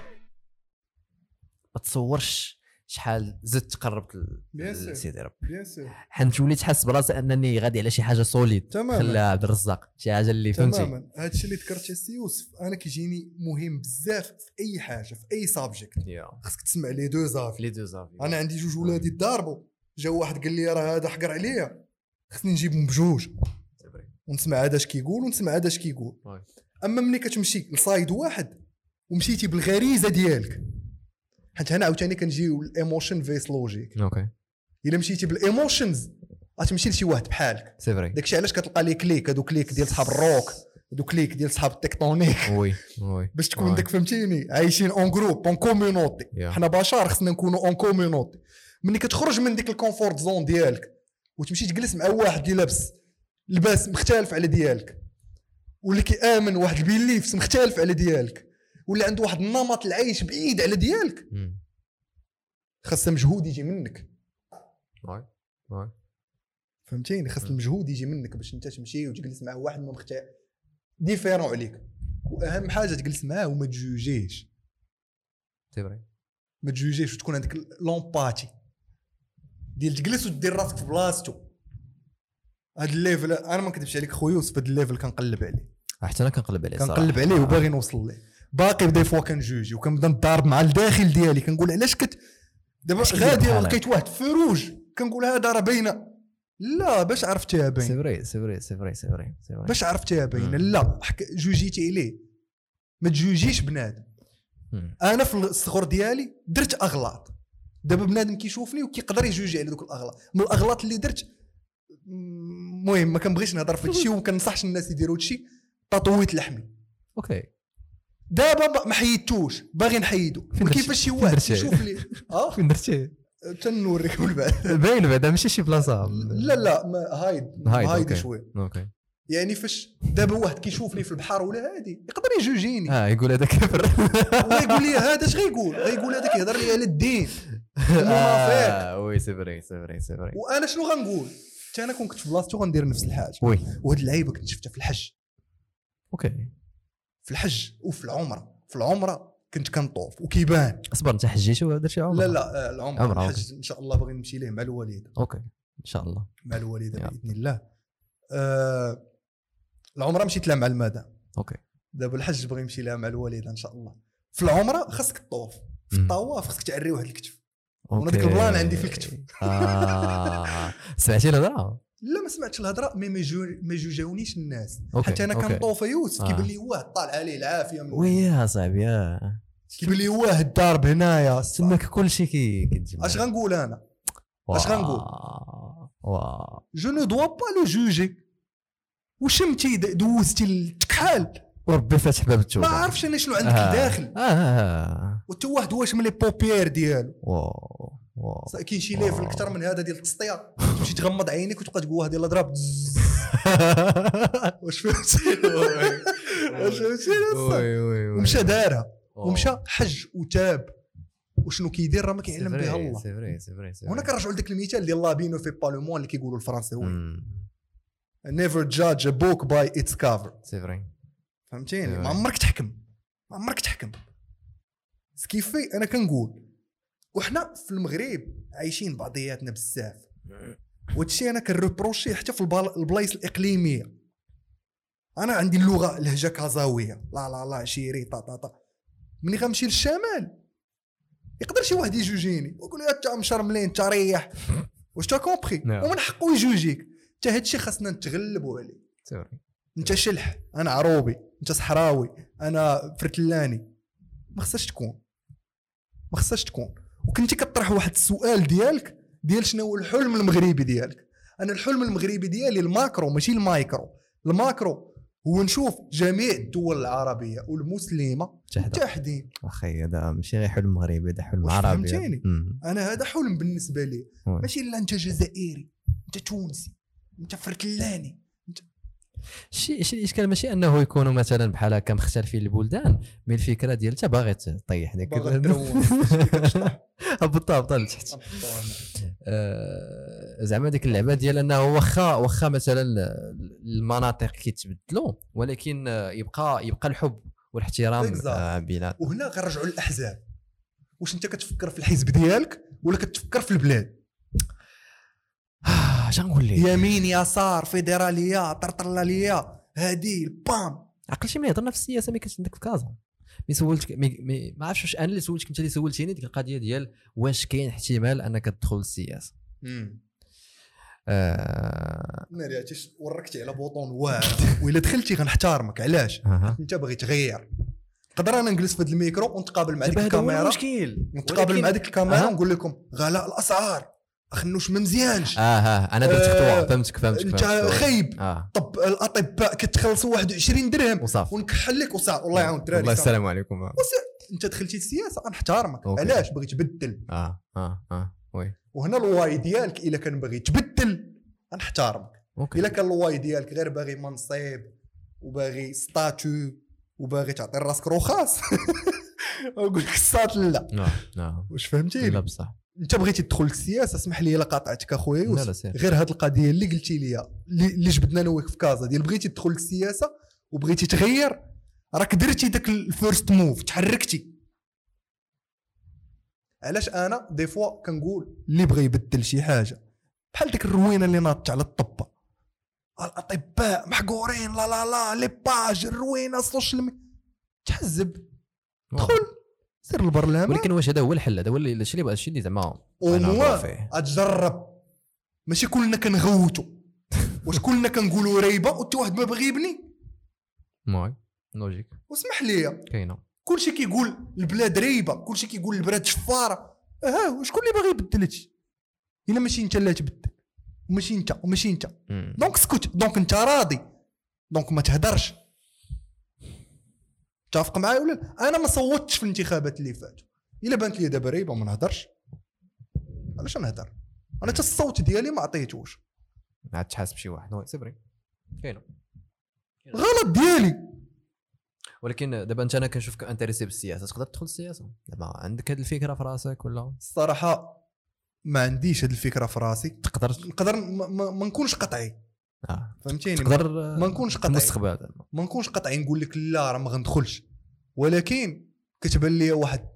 ما تصورش شحال زدت قربت بيان لسيدي ربي بيان سور حيت وليت حاس براسي انني غادي على شي حاجه سوليد تماماً. خلى عبد الرزاق شي حاجه اللي فهمتي تماما. هادشي اللي ذكرت يا سي يوسف انا كيجيني مهم بزاف في اي حاجه في اي سابجيكت خاصك تسمع لي دو زافي. لي دو زافي انا عندي جوج ولادي تضاربوا جاو واحد قال لي راه هذا حقر عليا خصني نجيبهم بجوج ونسمع هذا اش كيقول ونسمع هذا اش كيقول. اما ملي كتمشي لصايد واحد ومشيتي بالغريزه ديالك حيت هنا عاوتاني كنجيو الايموشن فيس لوجيك. اوكي الا مشيتي بالايموشنز غتمشي لشي واحد بحالك. سي فري داكشي علاش كتلقى لي كليك هادو كليك ديال صحاب الروك هادو كليك ديال صحاب التكتونيك وي وي باش تكون داك فهمتيني عايشين اون جروب اون كوميونيتي. حنا بشر خصنا نكونوا اون كوميونيتي. ملي كتخرج من ديك الكونفورت زون ديالك وتمشي تجلس مع واحد اللي لابس لباس مختلف على ديالك واللي كيامن واحد البيليفس مختلف على ديالك واللي عنده واحد النمط العيش بعيد على ديالك خاص مجهود يجي منك. واي فهمتيني خاص المجهود يجي منك باش انت تمشي وتجلس مع واحد ما مختلف ديفيرون عليك. واهم حاجه تجلس معاه وما تجوجيش. سي ما تجوجيش وتكون عندك لومباتي ديال تجلس ودير راسك في بلاصتو. هاد الليفل انا ما نكذبش عليك خويا يوسف هاد الليفل كنقلب عليه. حتى انا كنقلب عليه صراحه كنقلب عليه وباغي نوصل ليه. باقي بدي فوا كنجوجي وكنبدا نضارب مع الداخل ديالي كنقول علاش دابا غادي لقيت واحد فروج كنقول هذا راه باينه لا باش عرفتيها باينه. سي فري باش عرفتيها باينه لا جوجيتي عليه. ما تجوجيش بنادم. انا في الصغر ديالي درت اغلاط. دابا بنادم كيشوفني وكيقدر يجوجي على دوك الاغلاط. من الاغلاط اللي درت المهم ما كنبغيش نهضر في هادشي وما كنصحش الناس يديروا هادشي. تطويت لحمي اوكي دابا ما حيدتوش باغي نحيدو. كيفاش شي واحد يشوف لي فين درتيه تنوريك من بعد باين بعدا ماشي شي بلاصه لا ما هايد شويه. اوكي يعني فاش دابا واحد كيشوفني في البحر ولا هادي يقدر يجوجيني يقول هذا كافر ويقول لي هذا اش غيقول هذاك يهضر لي على الدين المنافق. وي سي فري وانا شنو غنقول حتى انا كنت في بلاصتو غندير نفس الحاجه. وي وهاد اللعيبه كنت شفتها في الحج. اوكي في الحج وفي العمره. في العمره كنت كنطوف وكيبان. اصبر انت حجيتي ولا درتي عمره؟ لا العمره الحج ان شاء الله باغي نمشي ليه مع الوالده. اوكي ان شاء الله مع الوالده باذن الله. العمره مشيت لها مع المدام. اوكي دابا الحج باغي نمشي لها مع الوالده ان شاء الله. في العمره خاصك تطوف. في الطواف خاصك تعري واحد الكتف. وانا ديك البلان عندي في الكتف. سمعتي الهضره؟ لا ما سمعتش الهضره ما جوجاونيش الناس. حتى انا كنطوف يوسف كيبان لي واحد طالع عليه العافيه وي يا صاحبي كيبان لي واحد ضارب هنايا تماك كلشي كيتجمع. اش غنقول انا اش غنقول جو نو دوا با لو جوجي. وشمتي دوزتي التكحال وربي فاتح باب التوبه ما عرفش انا شنو عندك لداخل. وتا واحد واش من لي بوبيير ديالو. كاين شي ليفل اكثر من هذا ديال التسطيه تمشي تغمض عينيك وتبقى تقول هذه ضرب واش فهمتي ومشى دارها ومشى حج وتاب وشنو كيدير راه ما كيعلم بها الله. هنا كنرجعوا لذاك المثال ديال لابينو في بالومون اللي كيقولوا الفرنساويين never judge a book by its cover. سي فري فهمتيني. ما عمرك تحكم سكيفي. انا كنقول وحنا في المغرب عايشين بعضياتنا بزاف وهادشي انا كنروبروشي حتى في البلايص الاقليميه. انا عندي اللغه لهجه كازاويه لا عشيري طا ملي غنمشي للشمال يقدر شي واحد يجوجيني ويقول لي انت مشرملين انت ريح واش تا كومبري ومن حقه يجوجيك. حتى هادشي خاصنا نتغلبوا عليه. انت شلح انا عروبي انت صحراوي انا فرتلاني ما خصهاش تكون. وكنتي كطرح واحد السؤال ديالك ديال شنو هو الحلم المغربي ديالك. انا الحلم المغربي ديالي الماكرو ماشي المايكرو. الماكرو هو نشوف جميع الدول العربيه والمسلمه متحدين. اخي هذا ماشي غير حلم مغربي هذا حلم عربي. فهمتيني. انا هذا حلم بالنسبه لي ماشي لا انت جزائري انت تونسي انت فرتلاني. شي الاشكال ماشي انه يكونوا مثلا بحال هكا مختلفين البلدان، من الفكره ديال انت باغي تطيح ديك بالضبط لتحت. زعما ديك اللعبه ديال انه واخا مثلا المناطق كيتبدلوا ولكن يبقى الحب والاحترام بينات. وهنا غنرجعوا للاحزاب. واش انت كتفكر في الحزب ديالك ولا كتفكر في البلاد؟ اش غنقول لك، يمين يسار فيدراليه طرطلاليه هادي بام. عقل شي ما يهضرنا في السياسه ما كانش عندك في كازا. مي سولتك ما عرفتش واش انا اللي سولتك انت اللي سولتيني ديك القضيه ديال واش كاين احتمال انك تدخل السياسه. مرياتيش وركتي على بوطون واعر وإلا دخلتي غنحتارمك. علاش؟ انت باغي تغير. نقدر انا نجلس في هذا الميكرو ونتقابل مع ديك الكاميرا، نتقابل مع ديك الكاميرا ونقول لكم غلاء الاسعار اخنوش ما مزيانش. انا درت خطوه. فهمتك انت خايب. طب الاطباء كتخلصوا 21 درهم ونكحل لك وصافي. الله يعاون الدراري. الله السلام عليكم. انت دخلتي السياسه غنحتارمك. علاش؟ بغيت تبدل. وي. وهنا الواي ديالك الا كان باغي تبدل غنحتارمك. الا كان الواي ديالك غير باغي منصب وباغي ستاتو وباغي تعطي راسك رخاص نقول لك الساط لا. واش فهمتي؟ لا بصح انت بغيتي تدخل السياسه. اسمح لي الا قاطعتك اخويا يوسف، غير هاد القضيه اللي قلتي لي اللي جبدنا انا وياك في كازا ديال بغيتي تدخل السياسه وبغيتي تغير، راك درتي داك الفيرست موف، تحركتي. علاش انا دي فوا كنقول اللي بغى يبدل شي حاجه بحال ديك الروينه اللي ناضت على الطبه، الاطباء محقورين لا لي باج الروينه السوشيال تحزب، دخل سير البرلمان. ولكن واش هذا هو الحل؟ هذا هو الشيء اللي الشيء اللي زعما اتجرب. ماشي كلنا كنغوتوا واش كلنا كنقولوا ريبه وانت واحد ما بغي يبني. ماي لوجيك. واسمح لي كاينه كلشي كيقول البلاد ريبه، كلشي كيقول البلاد شفاره. شكون اللي باغي يبدل هادشي؟ الا ماشي انت اللي تبدل وماشي انت دونك اسكت. دونك انت راضي، دونك ما تهدرش. تتفق معايا ولا لا؟ انا ما صوتش في الانتخابات اللي فاتوا. الا بانت لي دابا ريبه ما نهدرش. علاش نهدر؟ انا حتى الصوت ديالي ما عطيتوش. ما عاد تحاسب شي واحد. نو سي فري كاينه غلط ديالي. ولكن دابا انت انا كنشوفك انتريسي بالسياسه، تقدر تدخل السياسه دابا؟ عندك هذه الفكره في راسك ولا؟ الصراحه ما عنديش هذه الفكره في راسي. نقدر ما نكونش قطعي. فهمتيني؟ تقدر ما نكونش قطعي المستقبل، ما نكونش قطعي نقول لك لا راه ما غندخلش، ولكن كتبان لي واحد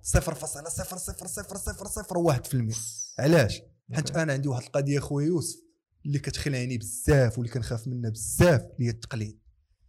0.00001%. علاش؟ حيت انا عندي واحد القضيه خويا يوسف اللي كتخلعني بزاف واللي كنخاف منها بزاف، اللي هي التقليد.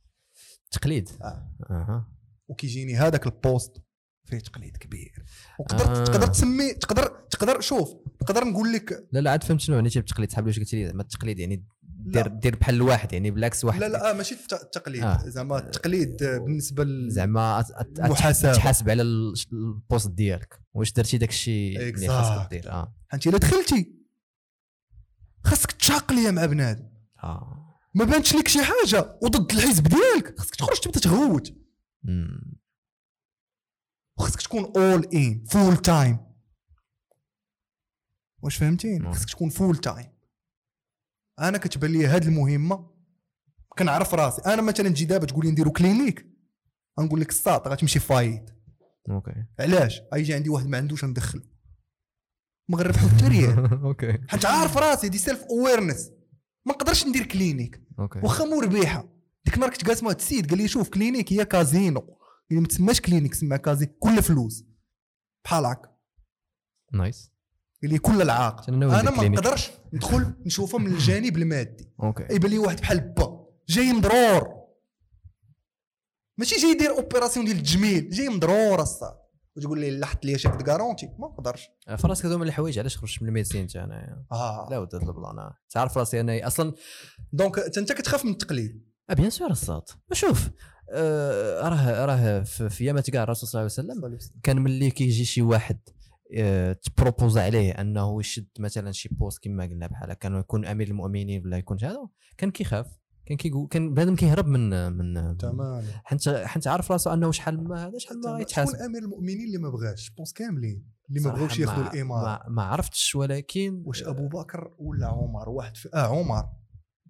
وكيجيني هذاك البوست فيه تقليد كبير تقدر تسمي تقدر شوف نقدر نقول لك لا عاد فهمت شنو يعني بالتقليد. صاحبي واش قلت لي زعما التقليد يعني دير بحال الواحد، يعني بالعكس واحد. لا ماشي التقليد. زعما التقليد بالنسبه زعما تحاسب على البوست ديالك واش درتي داك الشيء اللي خاصك دير. انت الا دخلتي خاصك تشاقلي مع بنادم. ما بانتش لك شي حاجه وضد الحزب ديالك خاصك تخرج تبدا تغوت. وخاصك تكون اول ان فول تايم. واش فهمتين؟ خاصك تكون فول تايم. انا كتبان لي هاد المهمه كنعرف راسي. انا مثلا تجي دابا تقول لي نديرو كلينيك غنقول لك الساط غتمشي فايد. اوكي علاش؟ غيجي عندي واحد ما عندوش ندخلو ما غنربحو حتى ريال. اوكي حيت عارف راسي دي سيلف اويرنس. ما نقدرش ندير كلينيك واخا مربحه. ديك النهار كنت جالس مع السيد قال لي شوف كلينيك هي كازينو. ما تسماش كلينيك سماها كازينو، كل فلوس بحال هكا. نايس. قال لي كل العاق. انا ما نقدرش ندخل نشوفها من الجانب المادي. يبان لي واحد بحال با جاي مضرور، ماشي جاي يدير اوبيراسيون ديال التجميل، جاي مضرور الصاد وتقول لي لا حط لي شيك كارونتي. ما نقدرش. فراسك هذو من الحوايج علاش خرجت من الميديسين انت؟ انا لا ودات البلان تعرف راسي انا اصلا. دونك انت كتخاف من التقليد. بيان سور الصاد. شوف راه في ايامات كاع الرسول صلى الله عليه وسلم كان ملي كيجي شي واحد تبروبوز عليه انه يشد مثلا شي بوست كما قلنا بحال كان يكون امير المؤمنين ولا يكون هذا، كان كيخاف، كان كيقول، كان بنادم كيهرب من تمام. حنت عارف راسو انه شحال ما غيتحاسب. شكون امير المؤمنين اللي ما بغاش؟ بونس كاملين اللي ما بغاوش ياخذوا الاماره. ما عرفتش، ولكن واش ابو بكر ولا عمر؟ واحد عمر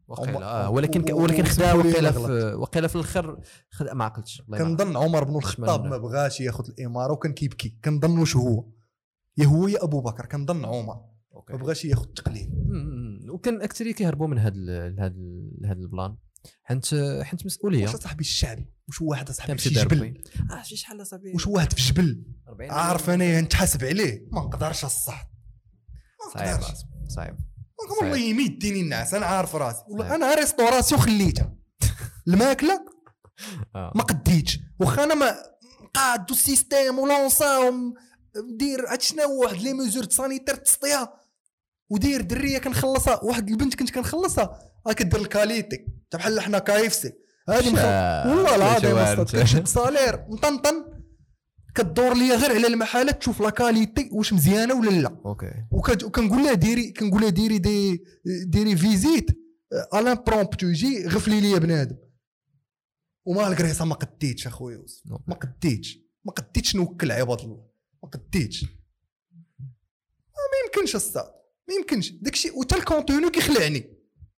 ولكن خدا وقيله في الاخر خدا ما عقلتش. كنظن عمر بن الخطاب ما بغاش ياخذ الاماره وكان كيبكي. كنظن واش هو يا ابو بكر. كنظن عمر ما بغاش ياخذ التقليد. وكان الاكثريه كيهربوا من هذا البلان حنت مسؤوليه. واش صاحبي الشعبي واش واحد صاحبي في جبل شي شحال صاحبي واش واحد في جبل عارف انا نتحاسب عليه ما نقدرش الصح. صعيب والله يميديني الناس. انا عارف راسي والله. انا ريستوراسيون خليتها الماكله ما قديتش واخا انا ما قادو السيستيم ولونساهم دير شنو واحد لي ميزور سانيتير تسطيها ودير دريه كنخلصها. واحد البنت كنت كنخلصها كدير الكاليتي بحال حنا كايفسي هذه والله العظيم كتشد صالير مطنطن كدور ليا غير على المحلات تشوف لا كاليتي واش مزيانه ولا لا. اوكي وكنقول لها ديري ديري فيزيت الان برومبت يجي غفلي لي بنادم. وما الكريسه ما قديتش اخويا يوسف. ما قديتش نوكل عباد الله. ما قديتش. ما يمكنش الصاد ما يمكنش داكشي. وتا الكونتوني كيخلعني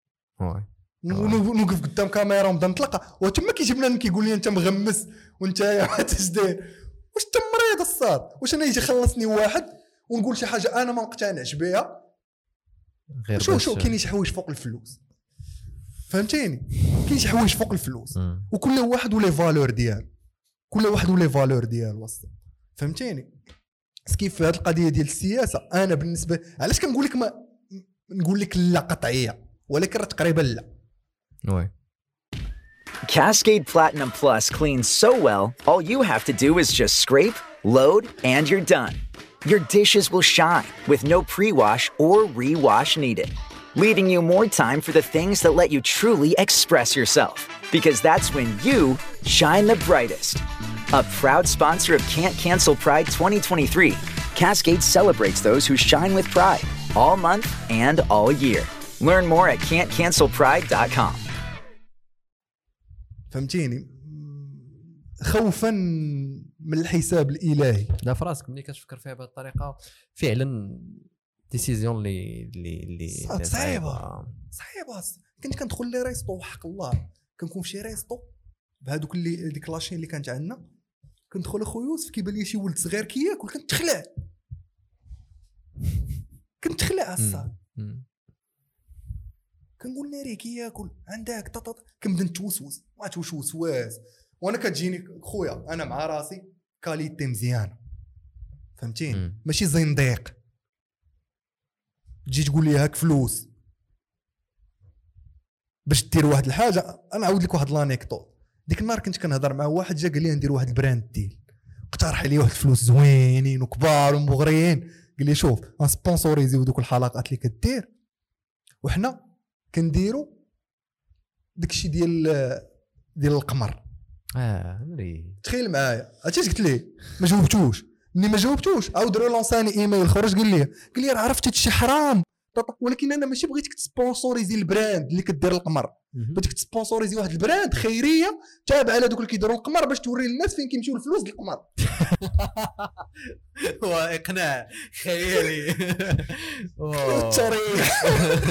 نوقف قدام كاميرا ونبدا نطلق وتما كيجيب لنا كيقول لي انت مغمس وانت يا تجدين. واش انت مريض الصاد؟ واش انا يجي خلصني واحد ونقول شي حاجه انا ما مقتنعش بها غير شو كاين شي حوايج فوق الفلوس فهمتيني؟ كاين شي حوايج فوق الفلوس وكل واحد ولي فالور ديال وسط فهمتيني؟ كيف في هذه القضيه ديال السياسه انا بالنسبه علاش كنقول لك ما نقول لك لا قطعيه ولكن راه تقريبا لا. وي Cascade Platinum Plus cleans so well, all you have to do is just scrape, load, and you're done. Your dishes will shine with no pre-wash or re-wash needed, leaving you more time for the things that let you truly express yourself. Because that's when you shine the brightest. A proud sponsor of Can't Cancel Pride 2023, Cascade celebrates those who shine with pride all month and all year. Learn more at can'tcancelpride.com. فهمتيني؟ خوفا من الحساب الالهي. لا فراسك ملي كتفكر فيها بهذه الطريقه فعلا ديسيزيون اللي صعيبه. كنت كندخل لي ريستو وحق الله كنكون في شي ريستو بهذوك اللي ديك لاشين اللي كانت عندنا كندخل اخويا يوسف كيبان لي شي ولد صغير كياكل كنت تخلع الصاد كنقول ناري كياكل عندك كنبدا نتوسوس وسواس وانا كتجيني خويا انا مع راسي كاليتي مزيانه فهمتيني ماشي زنديق تجي تقول لي هاك فلوس باش دير واحد الحاجه. انا نعاود لك واحد لانيكدوت. ديك النهار كنت كنهضر مع واحد جا قال لي ندير واحد البراند ديل اقترح علي واحد الفلوس زوينين وكبار ومغريين قال لي شوف سبونسوريزيو دوك الحلقات اللي كدير وحنا كنديروا داكشي ديال القمر. تخيل معايا عرفتي قلت ليه ما جاوبتوش. ملي ما جاوبتوش عاود ريلونساني ايميل خرج قال لي راه عرفت هادشي حرام ولكن انا ماشي بغيتك تسبونسوريزي البراند اللي كدير القمر بغيتك تسبونسوريزي واحد البراند خيريه تابعه على دوك اللي كيديروا القمر باش توري للناس فين كيمشيو الفلوس ديال القمر. هو اقناع خيالي التاريخ.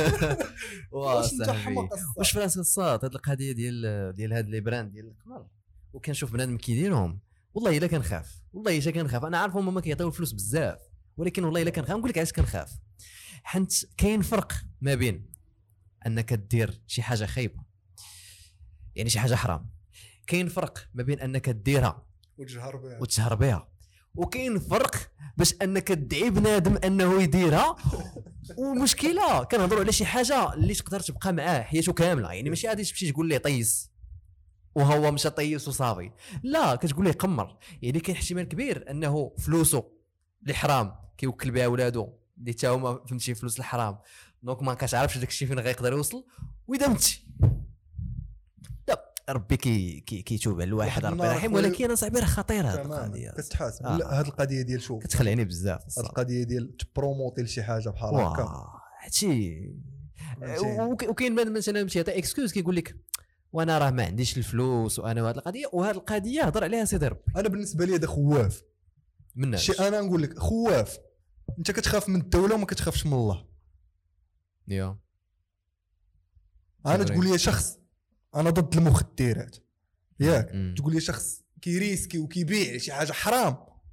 واش فراسك الصاد هاد القضيه ديال هاد لي براند ديال القمر وكنشوف بنادم كيديرهم والله الا كنخاف. انا عارف هما كيعطيو الفلوس بزاف ولكن والله الا كنخاف. نقول لك علاش كنخاف حنت كاين فرق ما بين انك دير شي حاجه خايبه يعني شي حاجه حرام. كاين فرق ما بين انك ديرها وتجهر بها وكاين فرق باش انك تدعي بنادم انه يديرها. ومشكله كنهضروا على شي حاجه اللي تقدر تبقى معاه حياته كامله. يعني ماشي غادي تمشي تقول ليه طيس وهو مشى طيس وصافي لا كتقول ليه قمر. يعني كاين احتمال كبير انه فلوسه اللي حرام كيوكل بها ولادو اللي تا هما فهمتي فلوس الحرام دونك ما كتعرفش داك الشيء فين غيقدر يوصل. واذا متي لا ربي كيتوب على الواحد ربي رحيم. ولكن انا صاحبي راه خطيره هذه القضيه كتحاسب. هذه القضيه ديال شوف كتخلعني بزاف هذه القضيه ديال تبروموتي لشي حاجه بحال هكا هادشي. وكاين مثلا تيعطي اكسكوز كيقول لك وانا راه ما عنديش الفلوس وانا وهذه القضيه وهذه القضيه هضر عليها سيدي ربي. انا بالنسبه لي هذا خواف مناش شي. انا نقول لك خواف. انت كتخاف من الدوله وما كتخافش من الله. انا تقول لي شخص انا ضد المخدرات ياك تقول لي شخص كيريسكي وكيبيع شي حاجه حرام،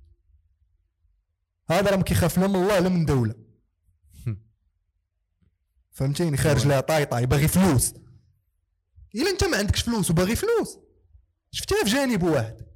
هذا راه ما كيخاف لا من الله لا من دوله. فهمتيني؟ خارج لها طاي باغي فلوس. الا انت ما عندكش فلوس وباغي فلوس شفتيها في جانب واحد،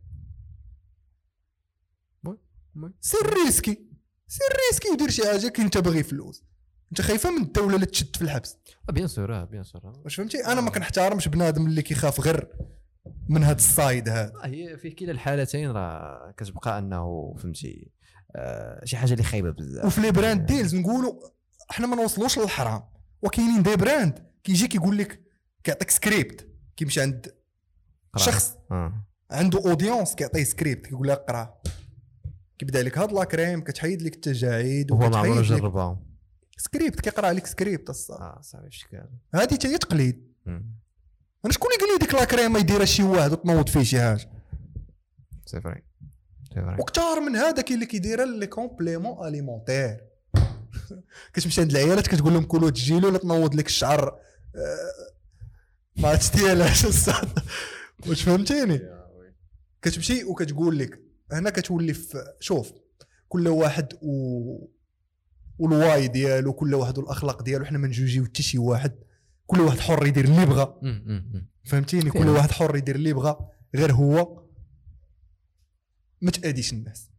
سير ريسكي ودير شي حاجه كي انت باغي فلوس. انت خايفه من الدوله اللي تشد في الحبس. بيان سور واش فهمتي؟ انا ما كنحترمش بنادم اللي كيخاف غير من هذا الصايد هذا. هي في كلا الحالتين راه كتبقى انه فهمتي شي حاجه اللي خايبه بزاف. وفي لي براند ديلز نقولوا احنا ما نوصلوش للحرام، وكاينين دي براند كيجي كيقول لك كيعطيك سكريبت، كيمشي عند شخص عنده اودينس كيعطيه سكريبت كيقول لك قرا، كيبدا لك هاد لاكريم كتحيد لك التجاعيد وهو ما عمره جربها. سكريبت كيقرا عليك سكريبت صافي بشكل هادي حتى هي تقليد. انا شكون اللي قال لي ديك لاكريم يديرها شي واحد وتنوض فيه شي حاجه؟ سي فري وكثار من هذا كاين اللي كيديرها لي كومبليمون اليمونتير. كتمشي عند العيالات كتقول لهم كلوا تجيلو ولا تنوض لك الشعر ما عرفتش ديالها الصاد. واش فهمتيني؟ كتمشي وكتقول لك هنا كتولي شوف كل واحد والواي ديالو، كل واحد والاخلاق ديالو، حنا ما نجوجيو حتى شي واحد، كل واحد حر يدير اللي بغى. فهمتيني؟ كل واحد حر يدير اللي بغى، غير هو ما تأذيش الناس،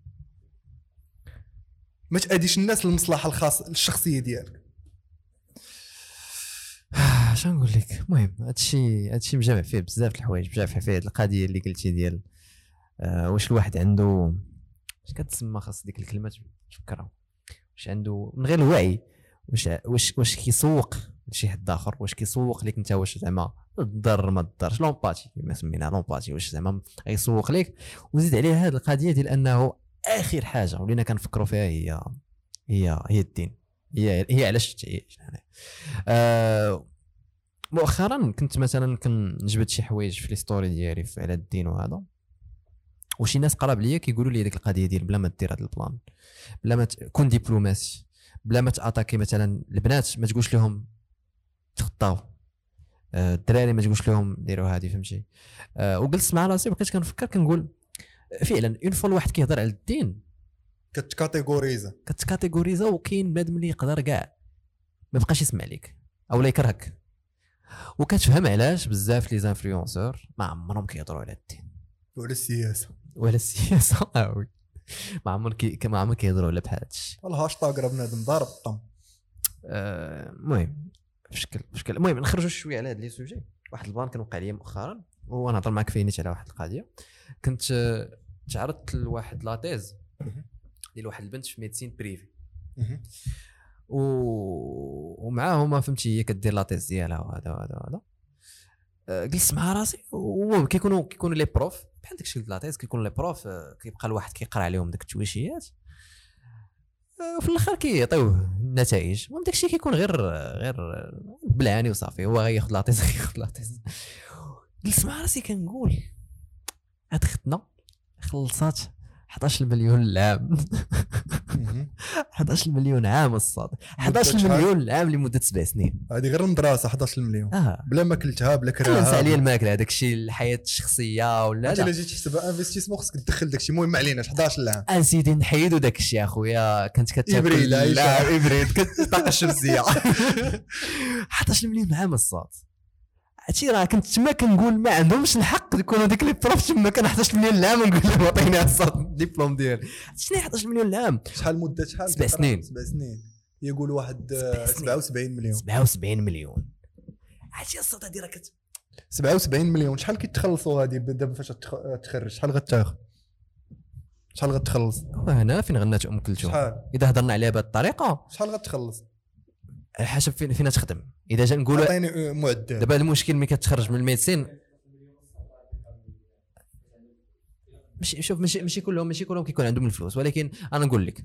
ما تأذيش الناس للمصلحه الخاصه الشخصيه ديالك. اش نقول لك؟ المهم هادشي مجمع فيه بزاف الحوايج، مجمع فيه هاد القضيه اللي قلتي ديال واش الواحد عنده اش كتسمى، خاص ديك الكلمه تفكرها، واش عنده من غير الوعي، واش كيسوق لشي حد اخر، واش كيسوق لك انت، واش زعما تضر ما تضرش، لومباتي كما سميناها لومباتي، واش زعما غيسوق لك. وزيد عليها هذه القضيه ديال انه اخر حاجه ولينا كنفكروا فيها هي الدين، هي علاش تعيش. مؤخرا كنت مثلا كنجبد شي حوايج في لي ستوري ديالي على الدين وهذا، وشي ناس قراب ليا كيقولوا لي ديك القضيه ديال بلا ما دير هذا البلان، بلا ما تكون دبلوماسي، بلا ما تاتاكي مثلا البنات ما تقولش لهم تخطاو، الدراري ما تقولش لهم ديروا هذه، فهمتي؟ وجلست مع راسي بقيت كنفكر كنقول فعلا اون فوا الواحد كيهضر على الدين كتكاتيغوريزا وكاين بنادم اللي يقدر كاع ما بقاش يسمع لك او لا يكرهك، وكتفهم علاش بزاف لي زانفلونسور ما عمرهم كيهضروا على الدين ولا السياسه وي ما عمرهم كيهضروا على بحال هادشي. الهاشتاغ راه بنادم ضارب الطم. المهم بشكل المهم نخرجوا شويه على هاد لي سوجي. واحد البلان كان وقع لي مؤخرا وانا نهضر معك فيه نيت على واحد القضيه. كنت تعرضت لواحد لاتيز ديال واحد البنت في ميديسين بريفي ومعاهم فهمتي هي كدير لاتيز ديالها وهذا جلست مع راسي. ومهم كيكونوا لي بروف بحال داكشي ديال لاتيز، كيكون لي بروف كيبقى الواحد كيقرا عليهم داك التويشيات وفي الاخر كيعطيوه النتائج. المهم داكشي كيكون غير بلعاني وصافي، هو غياخذ لاتيز جلست مع راسي كنقول هاد ختنا خلصات 11 مليون العام 11 مليون عام الصاد 11 مليون العام لمده 7 سنين. هذه غير المدرسه 11 مليون بلا ما كلتها بلا كراها. نسى عليا الماكله هذاك الشيء الحياه الشخصيه ولا لا. الا جيتي تحسبها انفستيسمون خصك تدخل داك الشيء. المهم ما عليناش 11 عام نسيتي نحيدو داك الشيء اخويا. كنت كتاكل لا ابريد كطاقه الشمسيه 11 مليون عام الصاد. هادشي راه كنت تما كنقول ما عندهمش الحق يكونوا ديك لي بروف تما. كان 11 مليون العام نقول لهم عطيني الصاد الدبلوم ديالي. شنو 11 مليون العام؟ شحال مده؟ شحال 7 سنين. يقول واحد 77 مليون. 77 مليون هادشي الصاد. هادي راه 77 مليون. شحال كيتخلصوا هادي دابا فاش تخرج؟ شحال غتاخذ؟ شحال غتخلص؟ هنا فين غنات ام كلثوم اذا هضرنا عليها بهذه الطريقه. شحال غتخلص؟ حسب فين تخدم. اذا جا نقولوا عطيني معدل. دابا المشكل ملي كتخرج من الميديسين ماشي كلهم كيكون عندهم الفلوس، ولكن انا نقول لك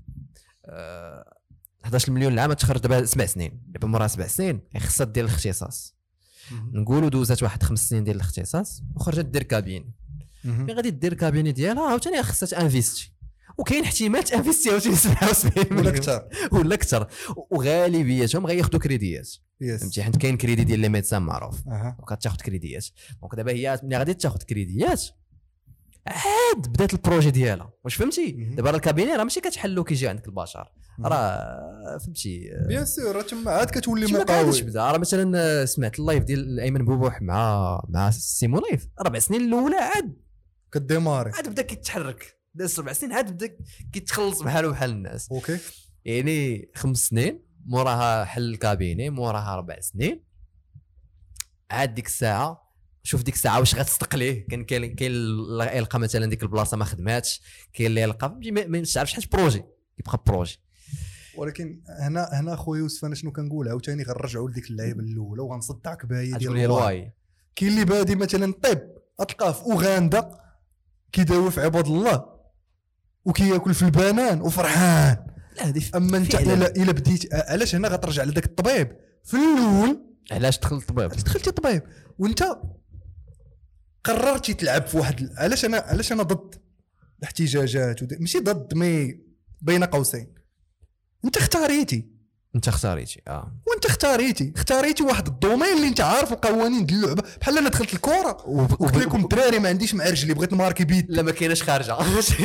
11 مليون العام تخرج دابا 7 سنين. دابا مورا 7 سنين خصها دير الاختصاص. نقولوا دوزات واحد 5 سنين ديال الاختصاص وخرجت دير كابيني. ملي غادي دير كابيني ديالها عاوتاني خصها تانفيستي وكاين احتمال تانفيستيو 77 ولا اكثر. ولا اكثر، وغالبيتهم غياخذوا كريديات. فهمتي، حيت كاين كريدي ديال لي ميدسان معروف وكتاخذ كريديات. دونك دابا هي ملي غادي تاخذ كريديات عاد بدات البروجي ديالها. واش فهمتي؟ دابا الكابيني راه ماشي كتحلو كيجي عندك البشر، راه فهمتي بيان سور راه تما عاد كتولي تما مقاول. عادش بدا. راه مثلا سمعت اللايف ديال ايمن بوبوح مع سيمو لايف 4 سنين الاولى عاد كديماري. عاد بدا كيتحرك، داز 4 سنين عاد بدا كيتخلص بحالو بحال الناس. اوكي يعني 5 سنين موراها حل الكابيني، موراها 4 سنين عاد ديك الساعه شوف ديك الساعه واش غتصدق ليه. كاين اللي يلقى مثلا ديك البلاصه ما خدماتش، كاين اللي يلقى ما تعرفش حاجه بروجي يبقى بروجي. ولكن هنا خويا يوسف انا شنو كنقول عاوتاني غنرجعوا لديك اللعيبه الاولى وغنصدعك بها هي ديال الواي. كاين اللي بادي مثلا طب غتلقاه في اوغندا كيداوي في عباد الله وكياكل في البنان وفرحان. لا هذه اما انت الا بديت علاش هنا غترجع لذاك الطبيب في الاول. علاش دخلت الطبيب؟ دخلتي طبيب وانت قررتي تلعب في واحد. علاش انا ضد الاحتجاجات ماشي ضد، مي بين قوسين انت اختاريتي وانت اختاريتي واحد الدومين اللي انت عارف القوانين ديال اللعبه. بحال انا دخلت الكره وقلت لكم الدراري ما عنديش مع رجلي بغيت نماركي بيد. لا ما كايناش خارجه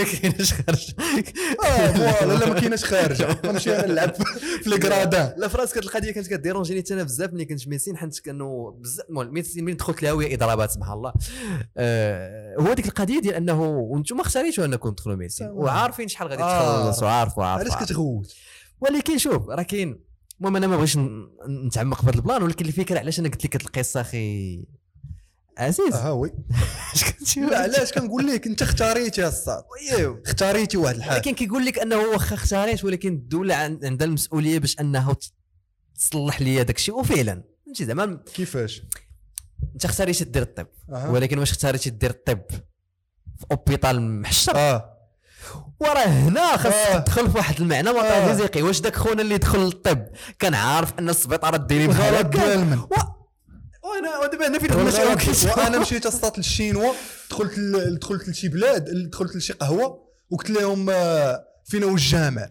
فوالا لا ما كايناش خارجه نمشي انا نلعب في لي غرادان. لا فراسك هذه القضيه كانت كديرونجيني حتى انا بزاف ملي كنت ميسين، حيت كانوا بزاف ميسين ملي دخلت لها وهي اضرابات سبحان الله. هو ديك القضيه ديال انه وانتم خسريتوا انكم تدخلوا ميسين وعارفين شحال غادي تخلصوا وعارفوا علاش كتغوت. ولكن شوف راه كاين المهم انا ما بغيتش نتعمق في هذا البلان، ولكن الفكره علاش انا قلت لك هذه القصه اخي عزيز. وي لا علاش كنقول لك انت اختاريتي الصاد، اختاريتي واحد الحاجه. ولكن كيقول لك انه واخا اختاريت ولكن الدوله عندها المسؤوليه باش انه تصلح لي داك الشيء. وفعلا فهمتي زعما كيفاش انت اختاريتي دير الطب ولكن واش اختاريتي دير الطب في اوبيطال محشر؟ وراه هنا خاصك تدخل في واحد المعنى ميتافيزيقي. واش داك خونا اللي دخل للطب كان عارف ان السبيطار ديري بحال هكا؟ وانا دابا انا فين وانا مشيت اصطات للشينوا، دخلت لشي بلاد، دخلت لشي قهوه وقلت لهم فين هو الجامع.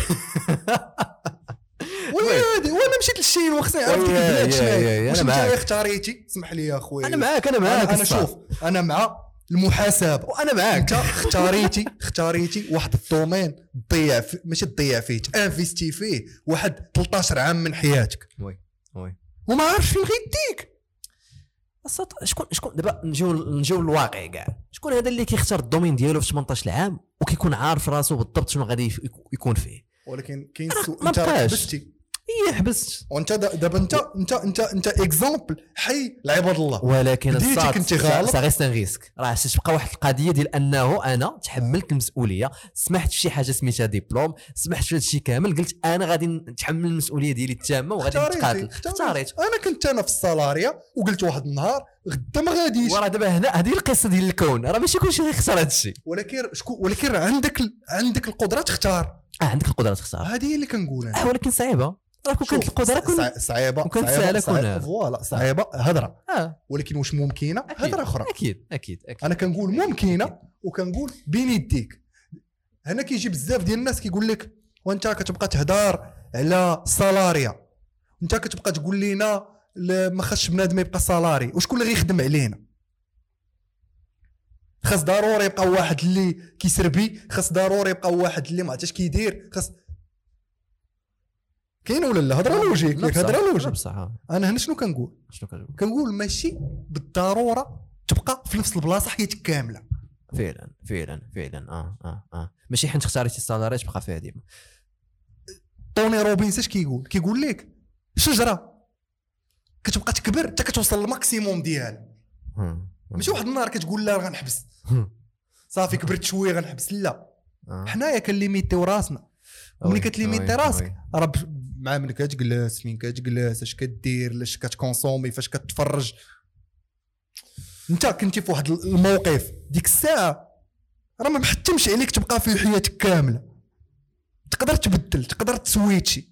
وانا مشيت للشينوا خصني نعرف ديك البلاد شنو. واش انت اختاريتي؟ اسمح لي يا خويا انا معاك انا شوف انا مع المحاسبه وانا معاك. انت اختاريتي واحد الدومين تضيع ماشي تضيع فيه انفيستي فيه واحد 13 عام من حياتك. وي وما عارفش فين غيديك. شكون دابا نجيو للواقع كاع. شكون هذا اللي كيختار الدومين ديالو في 18 عام وكيكون عارف راسو بالضبط شنو غادي يكون فيه؟ ولكن كاين انت حبستي حبست وانت دابا انت اكزامبل حي لعباد الله. ولكن الصاد كنت غلط سا غيست ان ريسك. راه تبقى واحد القضيه ديال انه انا تحملت المسؤوليه، سمحت في شي حاجه سميتها ديبلوم، سمحت في هذا الشيء كامل، قلت انا غادي نتحمل المسؤوليه ديالي التامه وغادي نتقاتل. اختاريت. انا كنت انا في الصالاريا وقلت واحد النهار غدا ما غاديش. وراه دابا هنا هذه القصه ديال الكون، راه ماشي كلشي غيختار هذا الشيء. ولكن عندك القدره تختار. عندك القدره تختار، هذه هي اللي كنقولها. ولكن صعيبه. راه كانت القدره صعيبه وكانت سهله كون فوالا صعيبه هضره. ولكن واش ممكنه هضره اخرى. اكيد انا كنقول ممكنه وكنقول بين يديك. هنا كيجي بزاف ديال الناس كيقول لك وانت كتبقى تهضر على السالاريا، انت كتبقى تقول لينا ما خاصش بنادم يبقى سالاري. وشكون اللي غيخدم علينا؟ خاص ضروري يبقى واحد اللي كيسربي، خاص ضروري يبقى واحد اللي ما عرفتش كيدير، خاص كاين ولا لا؟ هضره لوجيك، هضره لوجيك بصح. انا هنا شنو كنقول ماشي بالضروره تبقى في نفس البلاصه حياتك كامله. فعلا ماشي حيت اختاريتي السالاري تبقى فيها ديما. توني روبينز اش كيقول لك شجره كتبقى تكبر حتى كتوصل للماكسيموم ديالها. ماشي واحد النهار كتقول لا غنحبس صافي كبرت شويه غنحبس. لا حنايا كنليميتيو راسنا. ملي كتليميتي راسك راه مع من كتجلس فين كتجلس، اش كدير، اش كتكونسومي، فاش كتفرج. انت كنتي في واحد الموقف ديك الساعه راه ما محتمش عليك تبقى في حياتك كامله. تقدر تبدل، تقدر تسويتشي.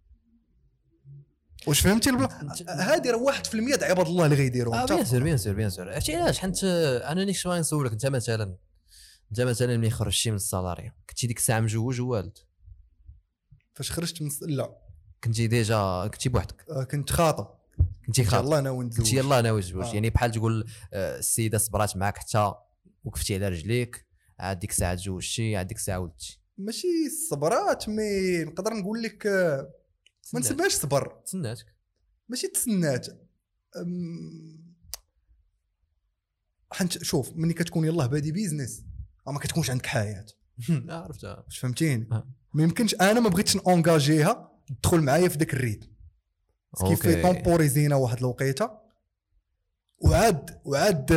واش فهمتي هذه راه 1% د عباد الله اللي غيديروها. بيان سور عرفتي علاش؟ حيت انا نيك شويه نسولك انت مثلا انت مثلا ملي خرجتي من السالاري كنتي ديك الساعه مجوج ووالد؟ فاش خرجت من لا كنتي ديجا كنتي بوحدك؟ كنت خاطب. كنتي خاطب يلاه ناوي نتزوج. كنتي يلاه ناوي تزوج. آه. يعني بحال تقول السيده صبرات معاك حتى وقفتي على رجليك، عاد ديك الساعه تزوجتي، عاد ديك الساعه ولدتي. ماشي صبرات، مي نقدر نقول لك ما نسميهاش صبر. تسناتك ماشي تسنات. حنت شوف ملي كتكون يلاه بادي بيزنس ما كتكونش عندك حياه. عرفتها واش فهمتيني؟ آه. ما يمكنش انا ما بغيتش نونجاجيها تدخل معايا في داك الريتم كيف أوكي. طومبوريزينا واحد الوقيته وعاد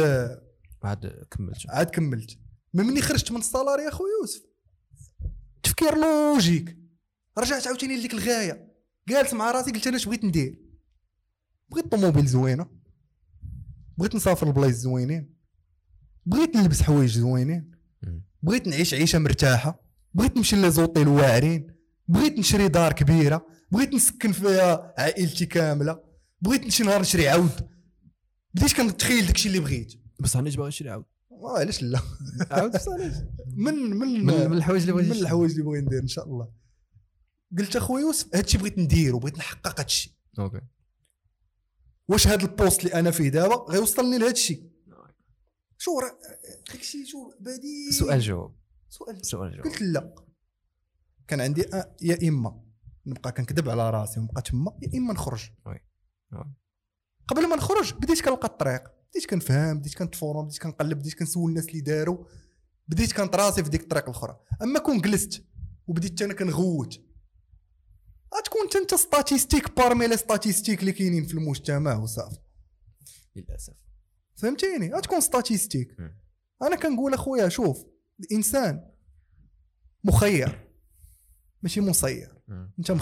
كملت. من ملي خرجت من السالاري اخو يوسف تفكير لوجيك، رجعت عاوتاني لديك الغايه، جالس مع راسي قلت انا اش بغيت ندير. بغيت طوموبيل زوينه، بغيت نسافر لبلايص زوينين، بغيت نلبس حوايج زوينين، بغيت نعيش عيشه مرتاحه، بغيت نمشي لزوطيل واعرين، بغيت نشري دار كبيره، بغيت نسكن فيها عائلتي كامله، بغيت نمشي نهار نشري عود. بديت كنتخيل داكشي اللي بغيت. بس انا باغي نشري عاود. علاش لا عاود بصح علاش من الحوايج اللي بغيت من الحوايج اللي بغيت ندير ان شاء الله. قلت اخويا يوسف هادشي بغيت نديرو، بغيت نحقق هادشي. اوكي واش هاد البوست اللي انا فيه دابا غيوصلني لهادشي؟ شو داكشي شو بادي سؤال جواب. قلت لا. كان عندي يا اما نبقى كنكذب على راسي ونبقى تما، يا اما نخرج. قبل ما نخرج بديت كنلقى الطريق، بديت كنفهم، بديت كنتفورم، بديت كنقلب، بديت كنسول الناس اللي داروا، بديت كنطراسي في ديك الطريق الاخرى. اما كون جلست وبديت انا كنغوت غتكون انت ستاتيستيك بارمي لي ستاتيستيك اللي كاينين في المجتمع وصافي. للاسف فهمتيني؟ غتكون ستاتيستيك. انا كنقول اخويا شوف الانسان مخير ماشي مسير. انت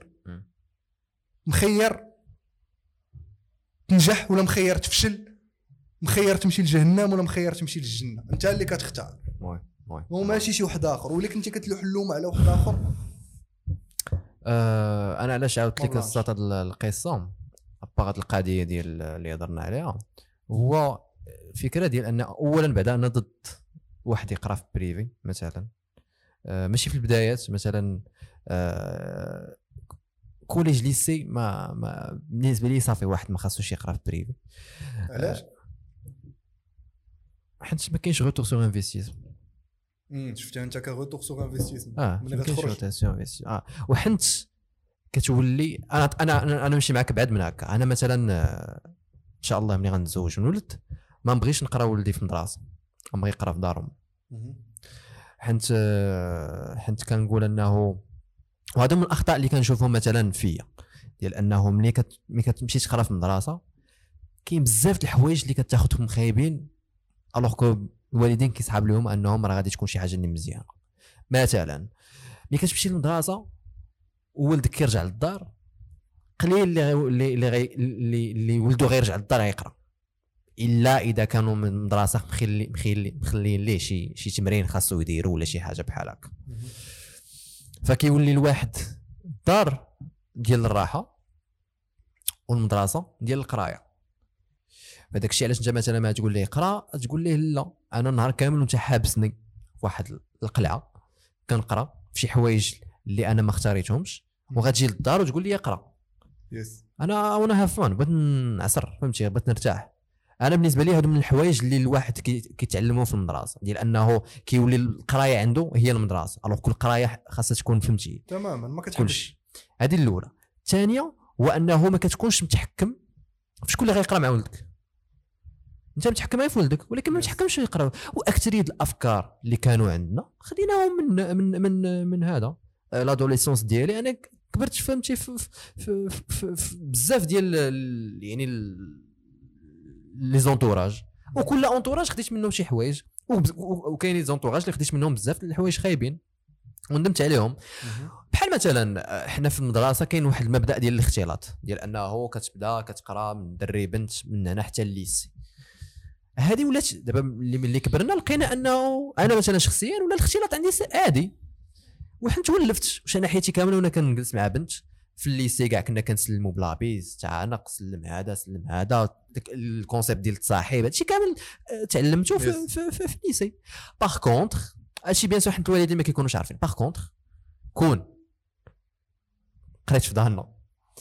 مخير تنجح ولا مخير تفشل، مخير تمشي لجهنم ولا مخير تمشي للجنه، انت اللي كتختار. وماشي شي واحد اخر. ولكن انت كتلوح اللوم على واحد اخر. انا علاش عاودت لك السطر القصه ابغى القضيه ديال اللي هضرنا عليها، هو فكره ديال ان اولا بعدا انا ضد واحد يقرا في بريفي مثلا، ماشي في البدايات مثلا كوليج ليسي ما بالنسبه لي صافي واحد ما خاصوش يقرا في بريفي. علاش؟ حيت ما كاينش غوتور سور انفستيسمون. شفتها انت كغوتور سور انفستيسمون ملي غتخرج. وحنت كتولي انا نمشي معاك بعد من هكا. انا مثلا ان شاء الله ملي غنتزوج ونولد ما نبغيش نقرا ولدي في المدرسه، نبغي يقرا في دارهم. حنت كنقول انه وهذا من الاخطاء اللي كنشوفهم مثلا فيا، ديال انه ملي كتمشي تقرا في المدرسه كاين بزاف د الحوايج اللي كتاخذهم خايبين، الوغ كو الوالدين كيصحاب لهم انهم راه غادي تكون شي حاجه اللي مزيانه. مثلا ملي كتمشي للمدرسه وولدك كيرجع للدار، قليل اللي ولده غيرجع للدار يقرا، الا اذا كانوا من المدرسه مخلين ليه شي تمرين خاصو يديروا ولا شي حاجه بحال هكا. فكيولي الواحد الدار ديال الراحه والمدرسه ديال القرايه. فداك الشيء علاش انت مثلا ما تقول ليه قرا، تقول ليه لا انا نهار كامل وانت حابسني في واحد القلعه كنقرا في شي حوايج اللي انا ما اختاريتهمش، وغتجي للدار وتقول لي اقرا. انا وانا هافون بغيت نعسر، فهمتي، بغيت نرتاح. انا بالنسبه لي هادو من الحوايج اللي الواحد كيتعلموا في المدرسه، ديال انه كيولي القرايه عنده هي المدرسه. الوغ كل قرايه خاصها تكون فهمتي تماما ما كتحبش. هذه الاولى. الثانيه هو انه ما كتكونش متحكم في شكون اللي غيقرا مع ولدك. انت متحكم غير في ولدك ولكن ما متحكمش يقرا. واكثريه الافكار اللي كانوا عندنا خديناهم من هذا لادوليسونس ديالي. انا كبرت فهمتي في بزاف ديال يعني لي زونطوراج، وكل اونطوراج خديت منهم شي حوايج، وكاين لي زونطوراج اللي خديت منهم بزاف الحوايج خايبين وندمت عليهم. بحال مثلا حنا في المدرسه كاين واحد المبدا ديال الاختلاط، ديال انه كتبدا كتقرا من دري بنت من هنا حتى الليسي. هذه ولات دابا اللي كبرنا لقينا انه انا مثلا شخصيا ولا الاختلاط عندي عادي. وحنت ولفت واش انا حياتي كامله وانا كنجلس مع بنت في الليسي كاع كنا كنسلموا بلابيز تاع انا سلم هذا سلم هذا، داك الكونسيبت ديال التصاحب هادشي كامل تعلمته في الليسي. باغ كونطخ هادشي بيان سور حيت الوالدين ما كيكونوش عارفين. باغ كونطخ كون قريت في دارنا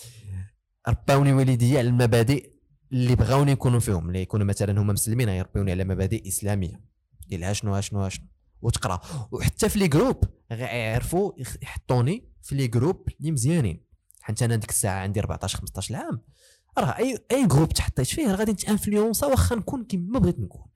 رباوني والديا على المبادئ اللي بغاوني نكونوا فيهم، اللي يكونوا مثلا هما مسلمين يربيوني على مبادئ اسلاميه ديال شنو وتقرا. وحتى في لي جروب غيعرفوا يحطوني في لي جروب اللي مزيانين، حيت انا ديك الساعه عندي 14 15 عام. راه اي جروب تحطيت فيه راه غادي نتانفلونسا واخا نكون كيما بغيت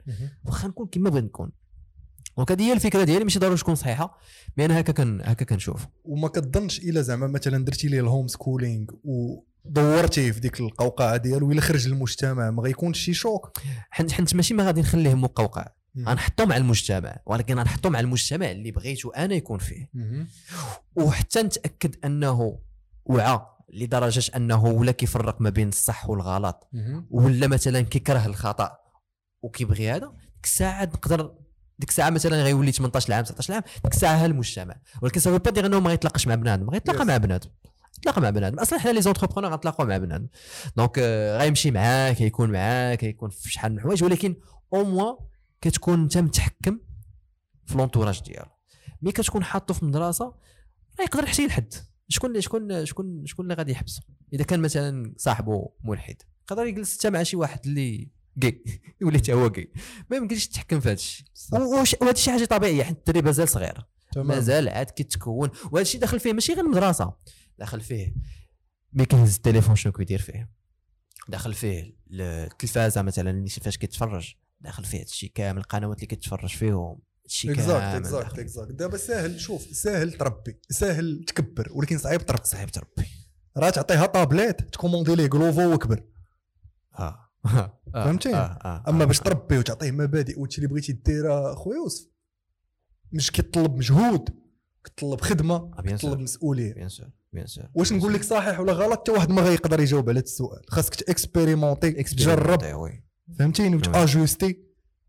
نكون. دونك هذه هي الفكره ديالي، ماشي ضروري تكون صحيحه، مي انا هكا كنشوف. وما كتظنش الا زعما مثلا درتي ليه الهوم سكولينغ ودورتيه في ديك القوقعه ديالو الا خرج للمجتمع ما غيكونش شي شوك؟ حنت ماشي ما غادي نخليه مقوقع، غنحطو مع المجتمع، ولكن غنحطو مع المجتمع اللي بغيتو انا يكون فيه. وحتى نتاكد انه وعى لدرجه انه ولا كيفرق ما بين الصح والغلط، ولا مثلا كيكره الخطا وكيبغي هذا، ديك الساعه مثلا غيولي 18 عام 19 عام، ديك الساعه المجتمع. ولكن سافو با دير انه ما غيتلاقاش مع بنادم، غيتلاقى مع بنادم. اصلا حنا لي زونتربرونور غنتلاقاو مع بنادم، دونك غيمشي معاك، يكون في شحال من حوايج، ولكن او موا كتكون انت متحكم في لونطوراج ديالو. مي كتكون حاطه في مدرسه راه يقدر يحشي الحد. شكون اللي غادي يحبسه؟ اذا كان مثلا صاحبه ملحد يقدر يجلس حتى مع شي واحد اللي جاي يولي حتى هو جاي، ما يمكنش تتحكم في هذا الشيء. وهذا الشيء حاجه طبيعيه حيت الدري مازال صغير، مازال عاد كيتكون. وهذا الشيء داخل فيه ماشي غير المدرسه، داخل فيه ملي كيهز التليفون شنو كيدير فيه، داخل فيه التلفازه مثلا اللي فاش كيتفرج، داخل فيه هذا الشيء كامل، القنوات اللي كيتفرج فيهم هادشي كامل. اكزاكت. دابا ساهل، شوف ساهل تربي، ساهل تكبر، ولكن صعيب تربي. راه تعطيها طابليت تكوموندي ليه كلوفو وكبر. فهمتي؟ اما باش تربي وتعطيه مبادئ وهادشي اللي بغيتي دير اخويا يوسف، مش كيطلب مجهود، كيطلب خدمه، كيطلب مسؤوليه. بيان سور واش نقول لك صحيح ولا غلط حتى واحد ما غيقدر يجاوب على هذا السؤال. خاصك تاكسبيريمونتي، تجرب، فهمتيني، وتاجوستي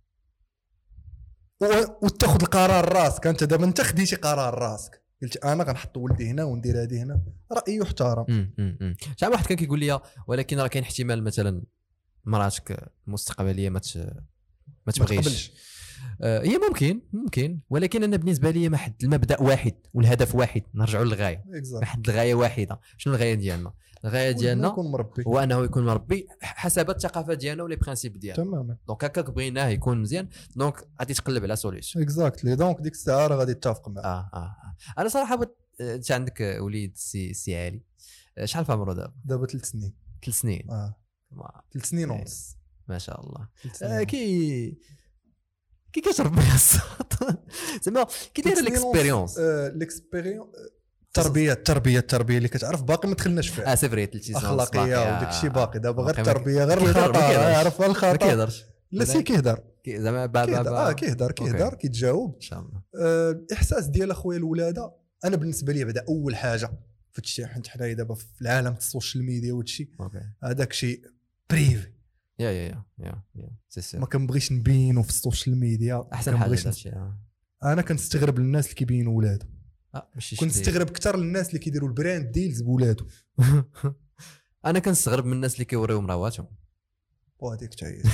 وتاخذ القرار راسك. انت دابا انت خديتي قرار راسك، قلت انا غنحط ولدي هنا وندير هذه هنا، رايي يحترم. شحال واحد كان كيقول لي ولكن راه كاين احتمال مثلا مراتك المستقبليه ما تبغيش. هي ممكن، ولكن انا بالنسبه لي ما حد المبدا واحد والهدف واحد، نرجعوا للغايه. واحد الغايه واحده. شنو الغايه ديالنا؟ الغايه ديالنا هو انه يكون مربي حسب الثقافه ديالنا ولي برينسيپ ديالنا. تماما. دونك هكاك بغيناه يكون مزيان، دونك غادي تقلب على سوليوشن. اكزاكتلي. دونك ديك الساعه راه غادي تتفق معاه. انا صراحه انت عندك وليد سي علي، شحال في عمره دابا 3 سنين. 3 سنين 3 سنين ونص ما شاء الله. كي كتربي زعما كي داير الاكسبيريونس التربيه اللي كتعرف باقي ما دخلناش فيها. سي فري اخلاقيه وداك الشيء باقي. دابا غير التربيه، غير الخطا، يعرف الخطا. ما كيهضرش. لا سي كيهضر زعما كيهضر كيتجاوب ان شاء الله. الاحساس ديال اخويا الولاده انا بالنسبه لي بعدا اول حاجه في الشيء، حيت حنايا دابا في العالم السوشيال ميديا وهادشي هذاك شيء بريفي. يا ما كنبغيش نبينو في السوشيال ميديا. احسن حاجه هادشي. انا كنستغرب الناس اللي كيبينوا ولادهم. كنستغرب اكثر الناس اللي كيديروا البراند ديلز بولادهم. انا كنستغرب من الناس اللي كيوريو مراواتهم. وهذيك حتى هي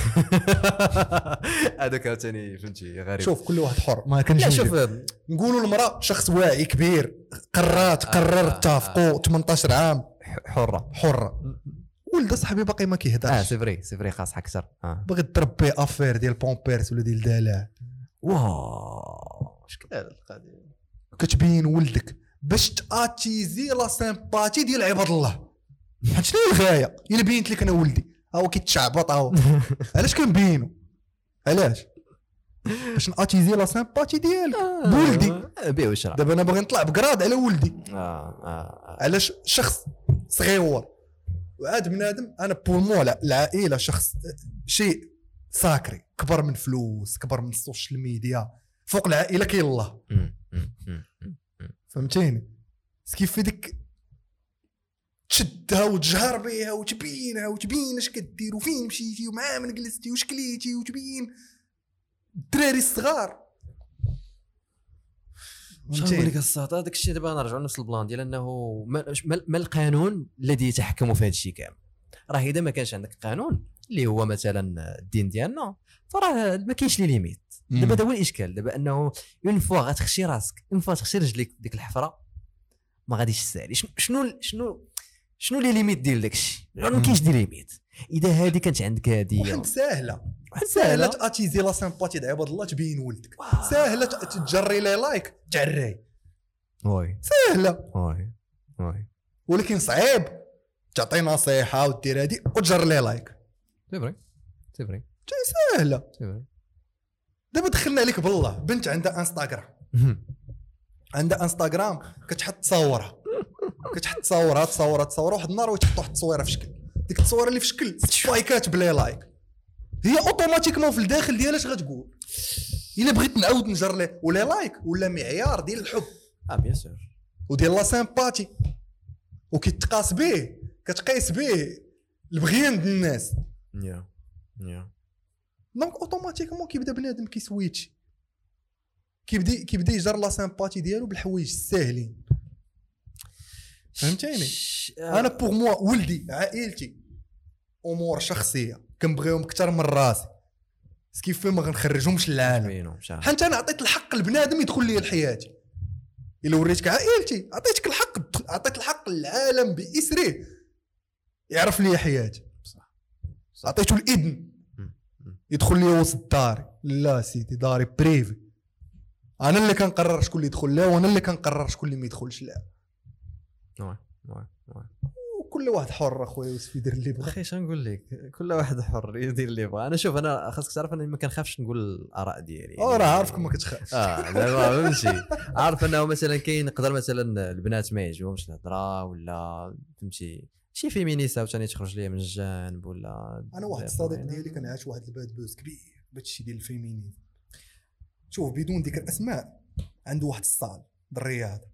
هذاك عاوتاني فهمتي غريب. شوف كل واحد حر، ما كنجي نقولوا المراه شخص واعي كبير قرر اتفقوا 18 عام حره. ولد صاحبي باقي ما كيهضرش. سي فري خاص اكثر. باغي تربي افير ديال بومبيرس ولا ديال دلع. واو اش كاين القضيه. كتبين ولدك باش تاتيزي لا سيمباتي ديال عباد الله. حيت شنو الغايه؟ الا بينت لك انا ولدي هو كيتشعبط علاش كنبينو؟ علاش؟ باش ناتيزي لا سيمباتي ديالك بولدي. بيه واش راه دابا انا باغي نطلع بكراد على ولدي. علاش؟ شخص صغيور وعاد بنادم. انا بور مو العائله شخص شيء ساكري، كبر من فلوس، كبر من السوشيال ميديا. فوق العائله كاين الله. فهمتيني؟ كيف في ديك تشدها وتجهر بها وتبينها وتبين اش كدير وفين مشيتي ومع من جلستي وش كليتي، وتبين الدراري الصغار. نقول لك الساط هذاك الشيء دابا نرجعوا لنفس البلان ديال انه ما القانون الذي يتحكم في هذا الشيء كامل. راه اذا ما كانش عندك قانون اللي هو مثلا الدين ديالنا فراه ما كاينش لي ليميت. دابا هذا هو الاشكال دابا انه اون فوا غتخشي راسك اون فوا تخشي رجليك ديك الحفره ما غاديش تسالي. شنو لي ليميت ديال داك الشيء؟ ما كاينش دي ليميت. اذا هذه كانت عندك هذه واحد سهله تاتيزي لا سامباتي د عباد الله تبين ولدك سهله تجري لي لايك تعري وي سهله وي ولكن صعيب تعطي نصيحه ودير هذه وتجر لي لايك. سي فري سهله. دابا دخلنا عليك بالله بنت عندها انستغرام كتحط تصاورها واحد النهار وتحط واحد التصويره في شكل ديك التصويره اللي في شكل سبايكات بلا لايك هي اوتوماتيكمون في الداخل ديالها اش غتقول؟ الا بغيت نعاود نجر ليه ولا لايك ولا معيار ديال الحب بيان سور وديال لا سامباتي وكيتقاس به كتقيس به البغيان ديال الناس. دونك اوتوماتيكمون كيبدا بنادم كيسويتش كيبدا يجر لا سامباتي ديالو بالحوايج الساهلين. فهمتيني؟ انا بوغ موا ولدي عائلتي امور شخصيه كنبغيهم اكثر من راسي كيف ما غنخرجهمش للعالم حيت انا عطيت الحق لبنادم يدخل لي لحياتي. الا وريتك عائلتي عطيتك الحق عطيت الحق للعالم باسره يعرف لي حياتي. عطيته الاذن يدخل لي وسط داري. لا سيدي داري بريفي انا اللي كنقرر شكون اللي يدخل لها وانا اللي كنقرر شكون اللي ما يدخلش لها. وكل واحد حر اخويا يوسف يدير اللي بغا. اخي شنقول لك كل واحد حر يدير اللي بغا. انا شوف انا خاصك تعرف اني ما كنخافش نقول الاراء ديالي. راه عارفك ما كتخافش. دابا فهمتي عارف انه مثلا كاين نقدر مثلا البنات ما يعجبهمش الهضره ولا فهمتي شي فيمينيست عاوتاني تخرج ليا من الجانب ولا. انا واحد الصديق ديالي كان عاش واحد الباد بوز كبير بهادشي ديال الفيمينيزم. شوف بدون ذكر اسماء عنده واحد الصال بالرياض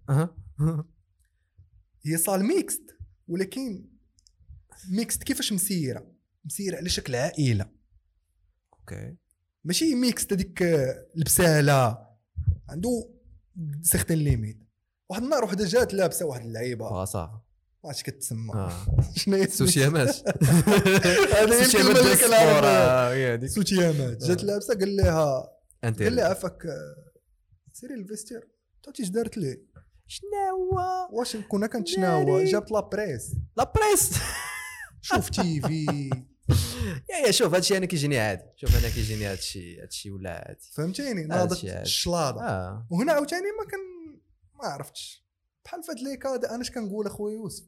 هي صال ميكست ولكن ميكست كيفاش مسيره على شكل عائله. اوكي ماشي ميكست هذيك البساله عنده سيغتين ليميت. واحد النهار وحده جات لابسه واحد اللعيبه صح واش كتسمى شنو هي سوشيامات هذه السوشيامات سوشيامات جات لابسه قال لها عفاك سيري الفيستير تعطيش دارت ليه شناوا واش كنا كنتشناوا جابت لابريس شوف تي في يا شوف هادشي انا كيجيني عادي. شوف انا كيجيني هادشي ولا عادي فهمتيني ناضت الشلاضه. وهنا عاوتاني ما عرفتش بحال فهاد لي كاد. انا اش كنقول اخويا يوسف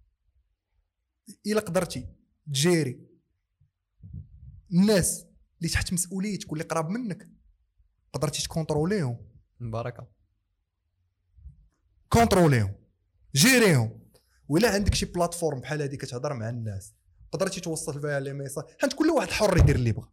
الا قدرتي تجيري الناس اللي تحت مسؤوليتك واللي قراب منك قدرتي تكونتروليهم بركه كونتروليهم جيريهم. ولا عندك شي بلاتفورم بحال هذه كتهضر مع الناس قدرتي توصل فيها لي ميساج حيت كل واحد حر يدير اللي بغى.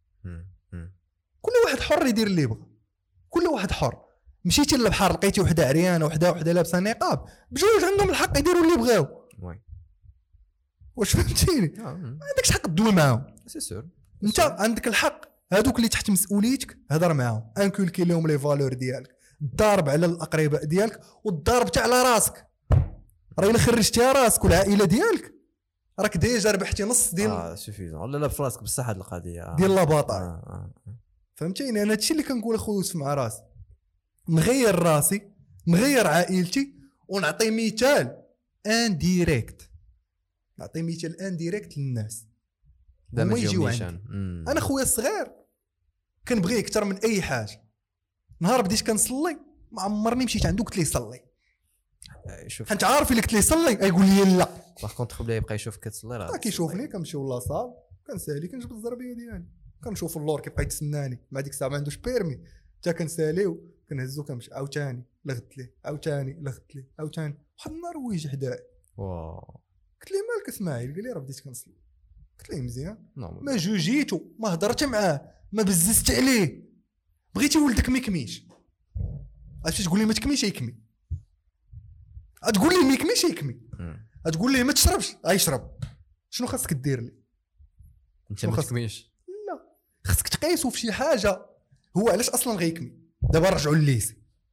كل واحد حر يدير اللي بغى. كل واحد حر. مشيتي للبحر لقيتي وحده عريانه وحده لابسه نقاب بجوج عندهم الحق يديروا اللي بغاو. واش فهمتيني؟ ما عندكش حق تدوي معاهم. سي سور انت عندك الحق هذوك اللي تحت مسؤوليتك هضر معاهم انكولكي لهم لي فالور ديالك الضارب على الاقرباء ديالك والضارب تاع على راسك. راه الا خرجتيها راسك والعائله ديالك راك ديجا ربحتي نص ديال سوفيزون لا في راسك بصح هاد القضيه ديال لاباطا. فهمتيني؟ انا هادشي اللي كنقول اخويا يوسف مع راسي نغير راسي نغير عائلتي ونعطي مثال انديريكت. نعطي مثال انديريكت للناس هما يجيو عندي. انا خويا الصغير كنبغيه اكثر من اي حاجه. نهار بديت كنصلي ما عمرني مشيت عنده قلت ليه صلي. شوف انت عارف اللي قلت ليه صلي يقول لي لا. باغ كونطخ بلا يبقى يشوفك كتصلي راه كيشوفني كنمشيو لاصال كنسالي كنجبد الزربيه ديالي كنشوف اللور كيبقى يتسناني مع ديك الساعه ما عندوش بيرمي حتى كنساليو كنهزو كنمشي عاوتاني لغت ليه عاوتاني لغت ليه عاوتاني. واحد النهار هو يجي حدايا قلت ليه مالك اسماعيل؟ قال لي راه بديت كنصلي. قلت ليه مزيان ما جوجيتو ما هضرت معاه ما بززت عليه. بغيتي ولدك ما يكميش عرفتي تقول لي ما تكميش يكمي. تقول لي ما يكميش يكمي. تقول لي ما تشربش غيشرب. شنو خاصك دير لي؟ انت ما تكميش لا خاصك تقيسو في شي حاجه. هو علاش اصلا غيكمي؟ دابا نرجعوا لليسي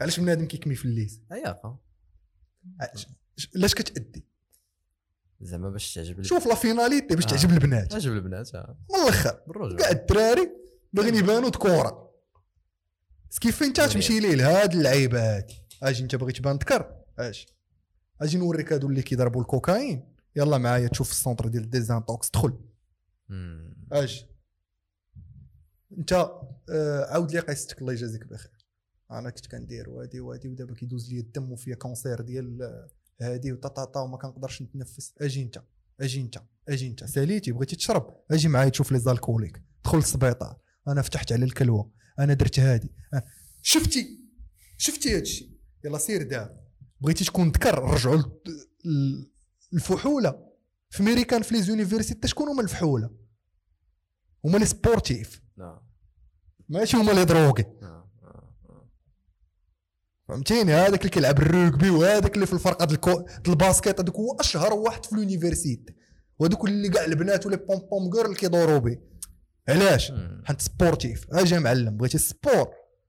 علاش بنادم كيكمي في الليز اياقه علاش كتأدي زعما باش تعجب شوف لا فيناليتي باش تعجب البنات تعجب البنات من الاخر بالرجل كاع الدراري باغيين يبانوا ذكوره كيف انت تمشي ليه لهاد اللعيبه هادي اجي انت باغي تبان ذكر اجي نوريك هادو اللي كيضربوا الكوكايين يلا معايا تشوف السونتر ديال ديزانتوكس دخل اجي انت عاود لي قيستك الله يجازيك بخير انا كنت كندير وادي ودابا كيدوز لي الدم وفيا كونسير ديال هادي وطاطا وما كنقدرش نتنفس اجي انت ساليتي بغيتي تشرب اجي معايا تشوف لي زالكوليك دخل للسبيطار انا فتحت على الكلوه انا درت هادي شفتي هادشي يلا سير دار بغيتي تكون ذكر رجعوا الفحوله في امريكان في لي زونيفرسيتي شكون هما الفحوله هما لي سبورتيف ماشي هما لي دروغي فهمتيني هذاك اللي كيلعب الرugby وهذاك اللي في الفرقه ديال الباسكيت هذاك هو اشهر واحد في لونيفرسيتي وهذوك اللي كاع البنات ولا بوم بوم غيرل كيدوروا به علاش حيت سبورتيف اجا معلم بغيتي السبور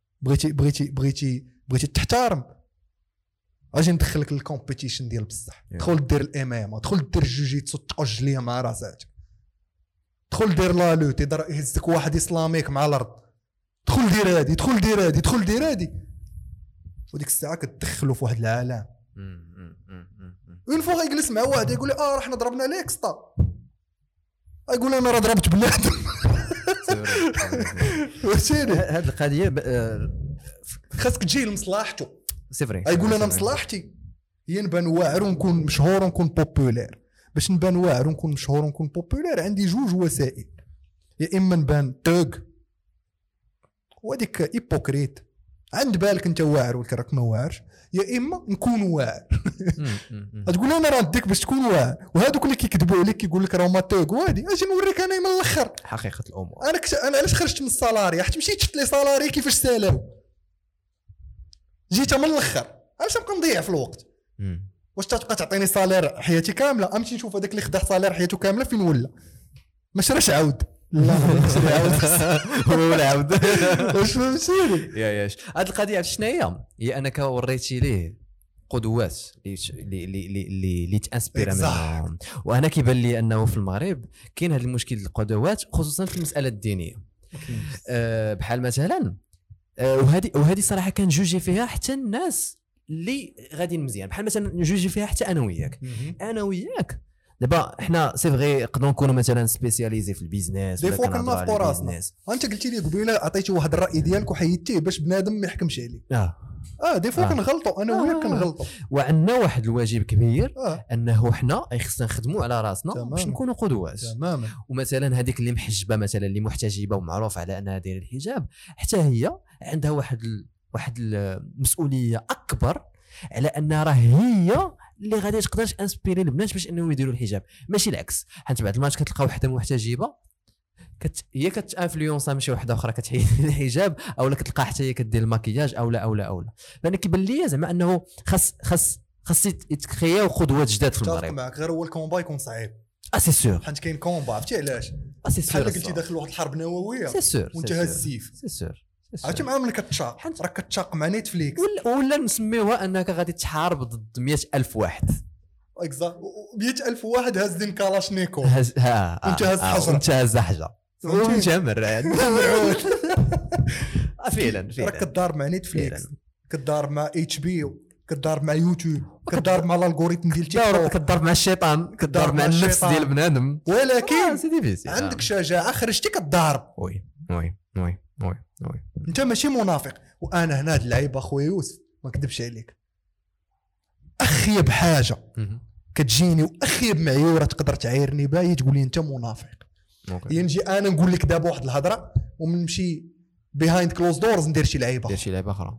بغيتي تحترم اجي ندخلك للكومبيتيشن ديال بصح دخل دير الامام دخل دير الجوجيتسو تقج ليا مع راساتك دخل دير لا لوت يهزك واحد اسلاميك مع الارض دخل دير هادي وديك الساعه كتدخلوا في واحد العالم اون فوا غيجلس مع واحد يقول لي راه حنا ضربنا ليكستا يقول انا راه ضربت بنادم هاد القضيه خاصك تجي لمصلحته سي فري يقول انا مصلحتي هي نبان واعر ونكون مشهور ونكون بوبولير باش نبان واعر ونكون مشهور ونكون بوبولير عندي جوج وسائل يا اما نبان توغ وديك ايبوكريت عند بالك انت واعر ولكن ما واعرش يا اما نكون واعر تقول انا راه نديك باش تكون واعر وهذوك اللي كيكذبوا عليك كيقول لك راه ما توغ وهادي اجي نوريك انا من الاخر حقيقه الامور انا علاش خرجت من السالاري حيت مشيت شفت لي سالاري كيفاش سالاو جيت من الاخر علاش نبقى نضيع في الوقت واش تبقى تعطيني صالير حياتي كامله امشي نشوف هذاك اللي خدا صالير حياته كامله فين ولا ما شراش عاود لا هو العبد واش فهمتيني ياش هاد القضيه شنو هي انك وريتي ليه قدوات اللي تانسبيرا منهم وانا كيبان لي انه في المغرب كاين هذا المشكل ديال القدوات خصوصا في المساله الدينيه بحال مثلا وهذه صراحه كنجوجي فيها حتى الناس اللي غاديين مزيان بحال مثلا نجوجي فيها حتى انا وياك دابا حنا سي فغي نقدروا نكونوا مثلا سبيسياليزي في البيزنس ولا كنهضروا على البيزنس انت قلتي لي قبيله عطيتي واحد الراي ديالك وحيدتيه باش بنادم ما يحكمش عليك دي فوا كنغلطوا انا وياك كنغلطوا وعندنا واحد الواجب كبير انه حنا خصنا نخدموا على راسنا باش نكونوا قدوات تماما ومثلا هذيك اللي محجبه مثلا اللي محتجبه ومعروف على انها دايره الحجاب حتى هي عندها واحد المسؤوليه اكبر على ان راه هي اللي غادي تقدر تانسبيري البنات باش انهم يديروا الحجاب ماشي العكس حيت بعض المرات كتلقى وحده محتجبه هي كتانفلونسا ماشي وحده اخرى كتحيد الحجاب اولا كتلقى حتى هي كدير الماكياج اولا لان كيبان لي زعما انه خاص يتكرياو قدوات جداد في المغرب معك غير هو الكومبا يكون صعيب سي سور حيت كاين كومبا عرفتي علاش سي سور بحال قلتي داخل واحد الحرب نوويه سي سور وانت هاز السيف سي سور عرفتي مع ملي كتشاق راك كتشاق مع نيتفليكس ولا نسميوها انك غادي تحارب ضد 100,000 واحد اكزا 100,000 واحد هازين كالاشنيكوف وانت هاز حجر ومجمر فعلا راك كتضارب مع نيتفليكس كتضارب مع اتش بي كتضارب مع يوتيوب كتضارب مع الالغوريثم ديال تيك توك كتضارب مع الشيطان كتضارب مع النفس ديال بنادم ولكن عندك شجاعه خرجتي كتضارب وي انت ماشي منافق وانا هنا هاد اللعيبه اخويا يوسف ما نكذبش عليك اخيب حاجه كتجيني واخيب معيوره تقدر تعايرني بها هي تقول لي انت منافق هي نجي انا نقول لك دابا واحد الهضره ونمشي بيهايند كلوز دورز ندير شي لعيبه اخرى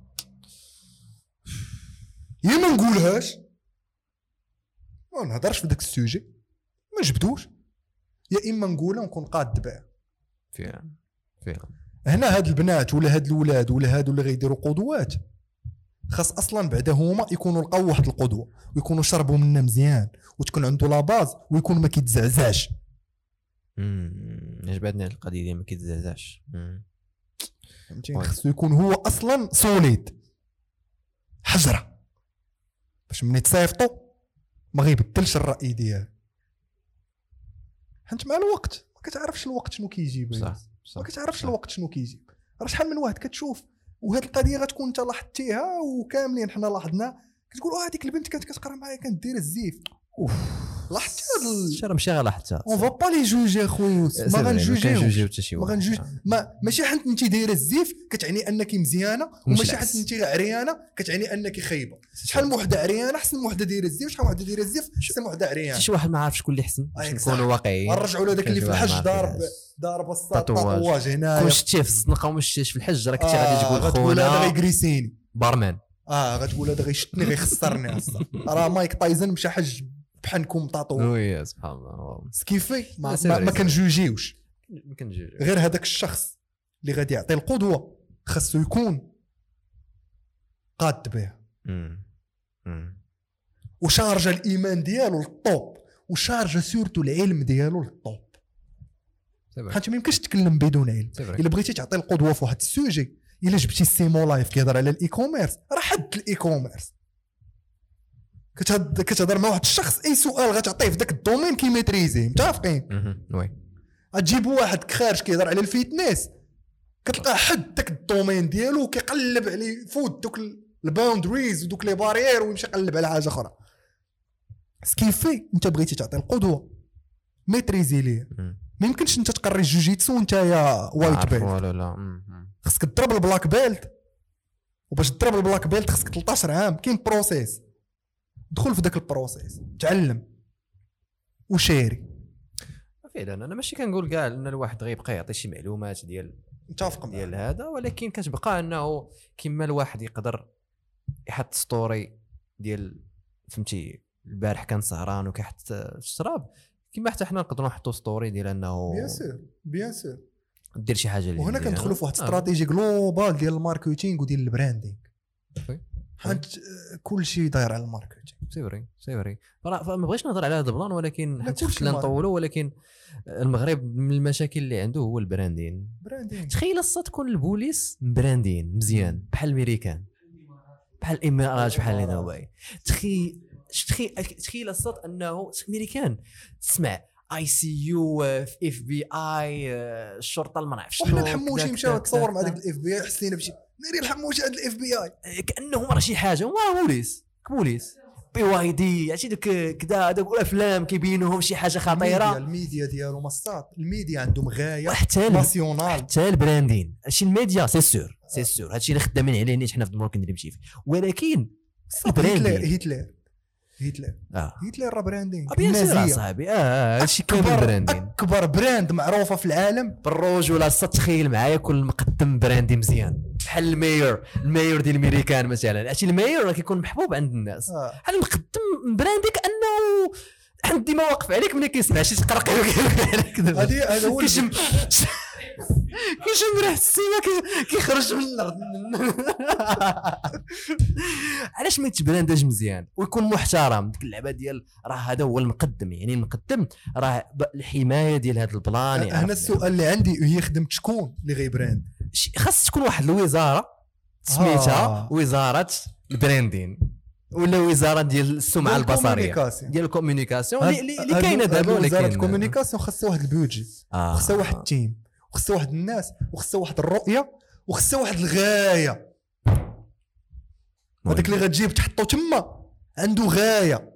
يا ما نقولهاش ما نهضرش في داك السوجي ما جبدوش يا اما نقولها ونكون قاد بها فعلا هنا هاد البنات ولا هاد الولاد ولا هادو اللي غيديروا قدوات خاص اصلا بعدا هما يكونوا لقاو واحد القدوه ويكونوا شربوا منها مزيان وتكون عنده لاباز ويكون ما كيتزعزعش عجبتني القضيه ديال ما كيتزعزعش فهمتيني خصو يكون هو اصلا سوليد حجره باش ملي تصيفطوا ما غيبدلش الراي ديالو، حيت مع الوقت ما كتعرفش الوقت شنو كيجيب. صح ما كتعرفش الوقت شنو كيجيب. راه شحال من واحد كتشوف وهاد القضيه غتكون انت لاحظتيها وكاملين حنا لاحظنا، كتقول هذيك البنت كانت كتقرا معايا كانت دايره الزيف. لاحظتي هاد الشرا ماشي غير لاحظتها. اون فا با لي جوجي اخويا، ما غنجوجيو حتى شي ما واحد. غنجوج ماشي حيت انت دايره الزيف كتعني انك مزيانه، وماشي حيت انت عريانه كتعني انك خايبه. شحال من وحده عريانه احسن من وحده دايره الزيف، شحال من وحده دايره الزيف احسن من وحده عريانه. شي واحد ما عارف شكون اللي احسن باش نكونوا واقعيين. نرجعوا لهذاك اللي في الحج ضارب التطواج هنايا، كون شتيه في الزنقه وما شتيش في الحج راه كنتي غادي تقول خونا هذا خونا غيغريسيني بارمان. غتقول هذا غيشتني غيخسرني اصلا. راه مايك تايزن مشى حج بحالكم طاطو. وي سبحان الله. سكيفي ما كنجوجيوش، ما كنجوج غير هذاك الشخص اللي غادي يعطي القدوه خاصو يكون قاد بها وشارجه الايمان ديالو للطوب، وشارجه سورتو العلم ديالو للطوب. حيت ما يمكنش تتكلم بدون علم. الا بغيتي تعطي القدوه في واحد السوجي، الا جبتي السيمو لايف كيهضر على الاي كوميرس، راه حد الاي كوميرس. كتهضر مع واحد الشخص اي سؤال غتعطيه في ذاك الدومين كيميتريزي، متفقين؟ وي غتجيب واحد خارج كيهضر على الفيتنس كتلقى حد داك الدومين ديالو كيقلب عليه فوت دوك الباوندريز ودوك لي بارير ويمشي يقلب على حاجه اخرى. سكيفي انت بغيتي تعطي القدوه ميتريزي ليه. ما يمكنش انت تقري الجوجيتسو وانت يا وايت بيلت. لا خصك تضرب البلاك بيلت، وباش تضرب البلاك بيلت خصك 13 عام. كاين بروسيس، دخل في ذاك البروسيس، تعلم وشاري. فعلا انا ماشي كنقول كاع ان الواحد غيبقى يعطي شي معلومات متفق ديال هذا، ولكن كتبقى انه كما الواحد يقدر يحط ستوري ديال فهمتي البارح كان سهران وكيحط في الشراب، كما حتى حنا نقدروا نحطوا ستوري ديال انه بيان سور دير شي حاجه اللي وهنا كندخلوا في واحد استراتيجي جلوبال ديال الماركتينغ وديال البراندينغ، حيت كلشي داير على الماركتينغ. سيوري ما بغيتش نهضر على هذا البلان، ولكن حتى لا نطولوا، ولكن المغرب من المشاكل اللي عنده هو البراندين. تخيل الصاد تكون البوليس براندين مزيان بحال الامريكان بحال الامارات بحال دبي. تخيل الصاد انه الامريكان تسمع اي سي يو في اف بي اي الشرطه ما نعرفش شنو. وحنا الحموشي مشاو تصور مع داك الاف بي اي، حسينا بشي ناري الحموشي هذا الاف بي اي كانهم راه شي حاجه. هو بوليس بي واي دي عرفتي دوك كذا هذوك الافلام كيبينوهم شي حاجه خطيره. الميديا ديالو مصاط، الميديا عندهم غايه حتى ناسيونال، حتى البراندين هادشي الميديا سي سور هادشي اللي خدامين عليه نيت حنا في دمرك ندير مشي فيه. ولكن هتلر راه براندين النازيه صاحبي. هادشي كامل براندين. اكبر براند معروفه في العالم بالرجوله. تخيل معايا كل مقدم براندي مزيان بحال المايور ديال الامريكان مثلا. هادشي المايور راه كيكون محبوب عند الناس. بحال مقدم براندي كانه عند ديما واقف عليك ملي كيسمع شي تقرقي هذا هو كيشم ريحه السيما كيخرج من الارض. علاش ما يتبرانداش مزيان ويكون محترم؟ ديك اللعبه ديال راه هذا هو المقدم. يعني المقدم راه الحمايه ديال هذا البلان. انا السؤال اللي عندي هي خدمت شكون اللي غيبراند؟ خاص تكون واحد الوزاره سميتها وزاره البراندين ولا وزاره ديال السمعه البصريه ديال الكومونيكاسيون اللي كاينه دابا. ولكن وزاره الكومونيكاسيون خاصها واحد البودجي، خاصها واحد التيم، وخاصها واحد الناس، وخاصها واحد الرؤيه، وخاصها واحد الغايه. هذاك اللي غتجيب تحطو تما عنده غايه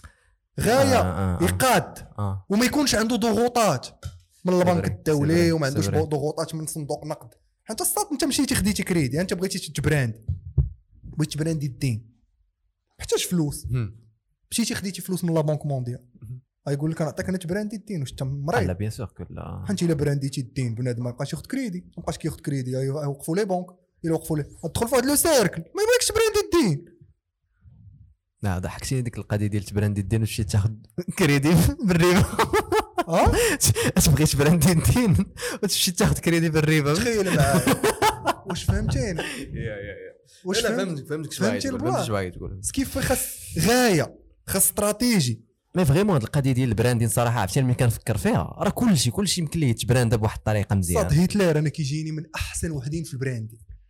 يقاد وما يكونش عنده ضغوطات من البنك الدولي وما عندوش ضغوطات من صندوق نقد. حتى الصاد انت مشيتي خديتي كريدي، انت بغيتي تبراندي، بغيتي تبراندي الدين، محتاج فلوس. مشيتي خديتي فلوس من لا بنك مونديال، غايقول لك انا عطاك انا تبراندي الدين. واش انت مريض؟ لا بيان سور كلا حنت الا برانديتي الدين بنادم ما بقاش ياخذ كريدي، ما بقاش كياخذ كريدي يوقفوا لي بنك. الا وقفوا لي تدخل في هذا لو سيركل، ما يبغيكش تبراندي الدين. لا ضحكتيني ديك القضيه ديال تبراندي الدين ومشيتي تاخذ كريدي بالربا. تبغي تبراندي الدين وتمشي تاخذ كريدي بالربا. تخيل معايا واش فهمتيني؟ واش فهمتك شويه تقول كيف خاص غايه، خاص استراتيجي. مي فريمون هاد القضيه ديال البراندين صراحه عرفتي ملي كنفكر فيها راه كلشي يمكن ليه يتبراند بواحد الطريقه مزيانه. صاد هتلر انا كيجيني من احسن وحدين في البراندين.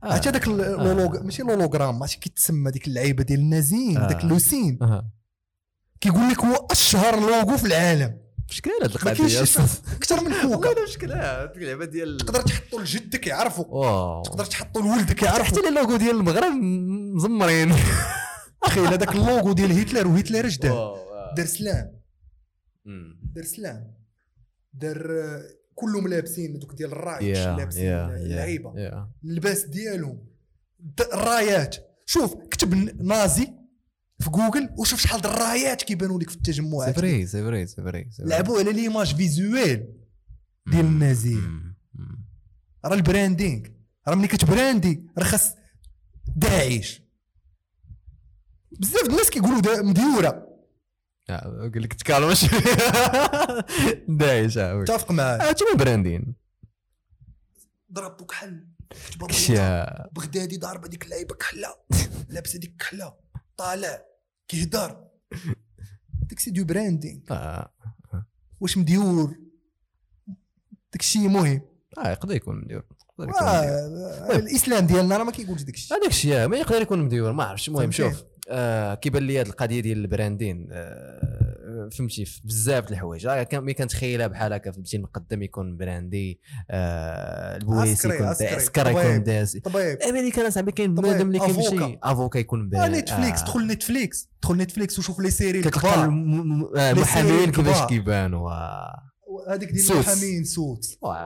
عرفتي هذاك ماشي لولوغرام ماشي كيتسمى ديك اللعيبه ديال النازيين داك لوسين كيقول لك هو اشهر لوغو في العالم. مشكله هاد ما القضيه كاينش اكثر من كوكا. والله مشكله هاد اللعبه ديال تقدر تحطو لجدك يعرفو، واو تقدر تحطو لولدك يعرفو. حتى اللوغو ديال المغرب مزمرين. اخي هذاك اللوغو ديال هتلر، وهتلر اش دار؟ دار سلام، دار سلام، دار كلهم لابسين دوك ديال الرايت لابسين اللعيبه اللباس ديالهم الرايات. شوف كتب نازي في جوجل وشوف شحال د الرايات كيبانوا لك في التجمعات. سي فري لعبوا على ليماج فيزوال ديال النازيين. راه البراندينغ، راه ملي كتبراندي راه خاص داعش. بزاف الناس كيقولوا مديوره قال لك تكالمش داعش. اتفق معاك. هادشي براندين ضربوا كحل بغدادي ضاربه ديك اللعيبه كحله لابسه ديك كحله طالع كيهدر داكشي دو براندينغ. واش مديور داكشي مهم. يقدر يكون مديور. الاسلام ديالنا راه ما كيقولش داكشي. هذاك الشيء ما يقدر يكون مديور ما عرفتش. المهم شوف كيبان لي هذه القضيه ديال البراندين فهمتي في بزاف د الحوايج. ملي كنتخيلها بحال هكا بديتي نقدم يكون براندي البوليس يكون عسكري يكون داس طبيب ملي كان صاحبي كاين بنادم اللي كيمشي افوكا يكون نتفليكس. دخل نتفليكس وشوف لي سيري الكبار المحامين كيفاش كيبانوا هذيك ديال المحامين صوت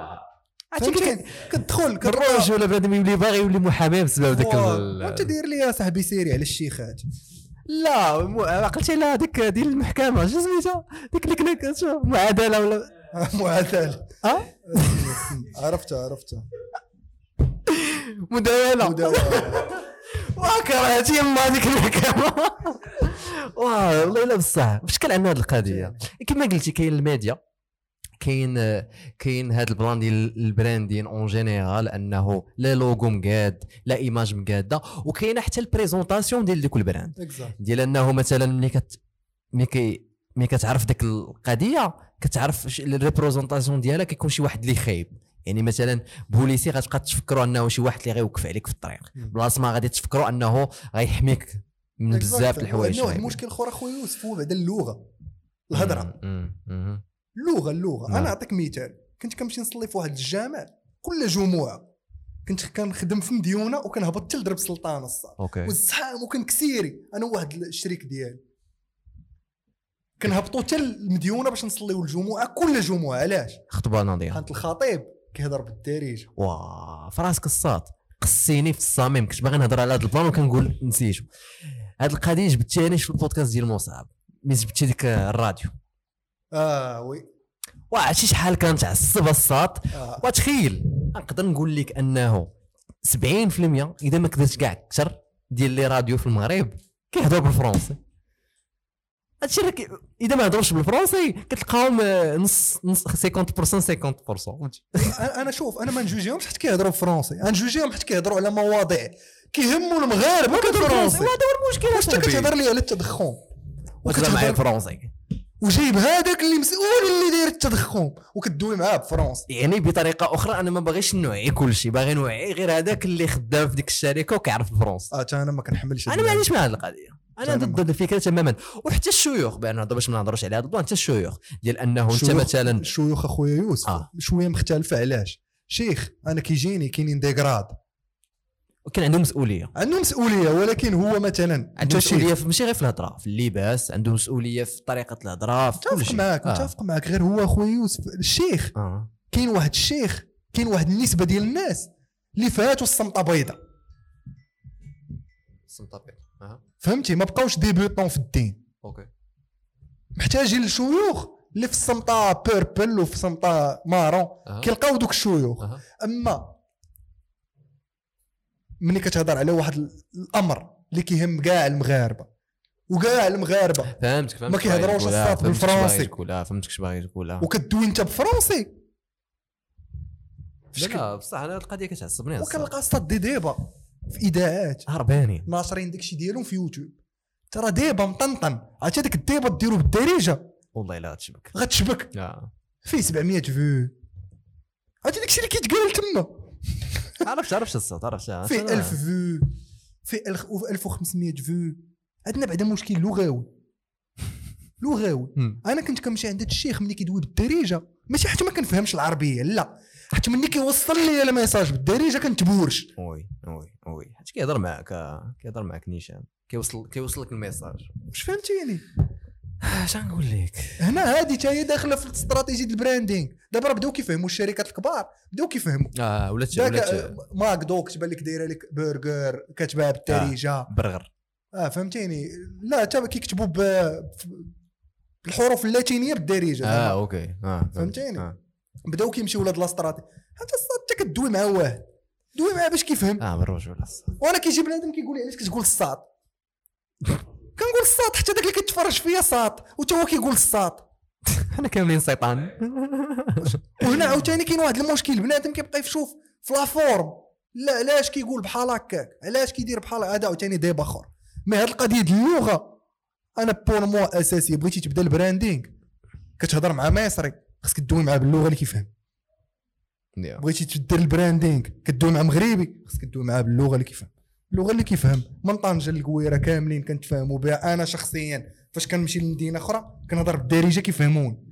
كتدخل كروج ولا بنادم يولي باغي يولي محامي بسبب داك وانت دير لي يا صاحبي سيري على الشيخات. لا عقلتي على هذيك ديال المحكمه شنو سميتها ديك اللي كنا معادله ولا معادله عرفتها مداوله وكرهتي ما ديك المحكمه. والله الا بصح بشكل عندنا هذه القضيه كما قلتي. كاين الميديا كاين هذا البلان ديال البراندين اون جينيرال انه لا لوغو مقاد لا ايماج مقاده. وكاينه حتى البريزونطاسيون ديال ديك البراند ديال انه مثلا ملي كتعرف ديك القضيه كتعرف الريبريزونطاسيون ديالها كيكون شي واحد اللي خايب. يعني مثلا بوليسي غتبقى تفكروا انه شي واحد اللي غيوقف عليك في الطريق بلاصه ما غادي تفكروا انه غيحميك من بزاف د الحوايج. المشكل خويا يوسف هو بعد اللغه الهضره. اللغه انا نعطيك مثال. كنت كنمشي نصلي في واحد الجامع كل جمعه. كنت كنخدم في مديونه وكنهبط حتى لدرب سلطان الصاد والزحام وكنكسيري انا واحد الشريك ديالي كنهبطوا حتى المديونه باش نصليو الجمعه كل جمعه. علاش؟ خطبه ناضيه كانت الخطيب كيهضر بالدارجه. فراسك الصاد قصيني في الصميم. كنت باغي نهضر على هذا البلان وكنقول نسيتو. هاد القضيه جبتيني في البودكاست ديال مصعب ملي جبتي ديك الراديو. وي عرفتي شحال كانت عصب الصاد. وتخيل نقدر نقول لك انه 70% اذا ما كدرتش كاع اكثر ديال لي راديو في المغرب كيهضروا بالفرنسي. هادشي اذا ما هضروش بالفرنسي كتلقاهم نص 50% انا شوف انا ما نجوجيهمش حيت كيهضروا بالفرنسي. نجوجيهم حيت كيهضروا على مواضيع كيهموا المغاربه كيهضروا بالفرنسي. هذا هو المشكل. واش انت كتهضر لي على التدخن وكتهضر معايا بالفرنسي وجايب هذاك اللي مسؤول اللي داير التدخن وكدوي معاه بالفرنسي. يعني بطريقه اخرى انا ما باغيش نوعي كلشي باغي نوعي غير هذاك اللي خدام في ديك الشركه وكيعرف الفرنسي. انا ما كنحملش. انا ما عنديش مع هذه القضيه. انا ضد الفكره تماما. وحتى الشيوخ بان باش ما نهضروش على هذا البلان. حتى الشيوخ ديال انه انت مثلا الشيوخ اخويا يوسف شويه مختلفه. علاش؟ شيخ انا كيجيني كاينين ديغراد وكان عندهم مسؤوليه ولكن هو مثلا عنده مسؤوليه ماشي غير في الهضره في اللباس. عنده مسؤوليه في طريقه الهضره في كل شيء. متفق معك غير هو اخويا يوسف الشيخ كاين واحد الشيخ كاين واحد النسبه ديال الناس اللي فاتوا الصمطه بيضاء. فهمتي ما بقاوش ديبيوطون في الدين. محتاجين الشيوخ اللي في الصمطه بيربل وفي الصمطه مارون كيلقاو دوك الشيوخ. اما ملي كتهضر على واحد الامر اللي كيهم كاع المغاربه وكاع المغاربه فهمتك ما كيهضروش الصاد بالفرنسي. فهمتك اش باغي تقول. وكدوي انت بالفرنسي. لا بصح انا القضيه كتعصبني. وكنلقى الصاد ديبا في اذاعات هربانين ناشرين داكشي ديالهم في يوتيوب. ترى ديبا مطنطن. عرفتي ديك الديبا ديرو بالدارجه والله الا غتشبك في 700 فيو. عرفتي داكشي اللي كيتقال تما. عرفت الصوت عرفتها فيه 1000 فيو فيه 1500 فيو. عندنا بعدا مشكل لغوي. انا كنت كنمشي عند الشيخ ملي كيدوي بالدارجه ماشي حتى ما كنفهمش العربيه لا حتى ملي كيوصل لي الميساج بالدارجه كنتبورش. وي حيت كيهضر معك نيشان كيوصل لك الميساج. واش فهمتيني؟ اش غنقول لك هنا هذه حتى هي داخله في الاستراتيجيه البراندينغ. دابا بداو كيفهموا الشركات الكبار بداو كيفهموا ولات ماك دوك تبان لك دايره لك برجر كتباع بالدارجه برغر فهمتيني. لا حتى كيكتبوا بالحروف اللاتينيه بالدارجه اوكي فهمتيني. بداو كيمشيو ولاد لاستراتي حتى الصاد حتى كدوي مع واحد دوي معاه باش كيفهم. بالرجوله وانا كيجي بنادم كيقول لي علاش كتقول الصاد كنقول الصاد حتى داك اللي كيتفرج فيا صاد وتا هو كيقول الصاد. حنا كاملين شيطان. وهنا عاوتاني كاين واحد المشكل بنادم كيبقى يشوف في لا فورم لا علاش كيقول بحال هكاك علاش كيدير بحال هذا عاوتاني ديب اخر. مي هاد القضيه ديال اللغه انا بور موا اساسيه. بغيتي تبدا البراندينغ كتهضر مع مصري خاصك تدوي معاه باللغه اللي كيفهم. بغيتي تدير البراندينغ كدوي مع مغربي خاصك تدوي معاه باللغه اللي كيفهم. اللغه اللي كيفهم من طنجه للقويره كاملين كنتفاهموا بها. انا شخصيا فاش كنمشي لمدينه اخرى كنهضر بالدارجه كيفهموني.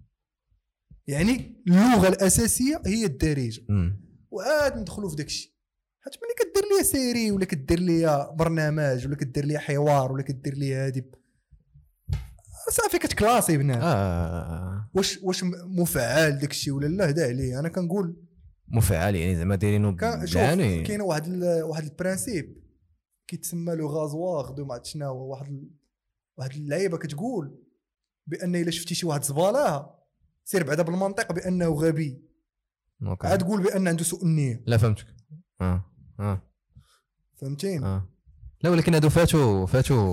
يعني اللغه الاساسيه هي الدارجه. وعاد ندخلوا في داكشي حيت ملي كدير ليا سيري ولا كدير ليا برنامج ولا كدير ليا حوار ولا كدير ليا هادي صافي كتكلاسي بنادم. واش مفعل داكشي ولا لا هدا عليه. انا كنقول مفعل يعني زعما دايرينو يعني كاين واحد البرانسيب كيتسمى لو غازواغ دو ما عرفت شنو. واحد اللعيبه كتقول بان الا شفتي شي واحد زباله سير بعدا بالمنطق بانه غبي. عاد تقول بان عنده سوء النيه. لا فهمتك. فهمتين. لا ولكن هادو فاتوا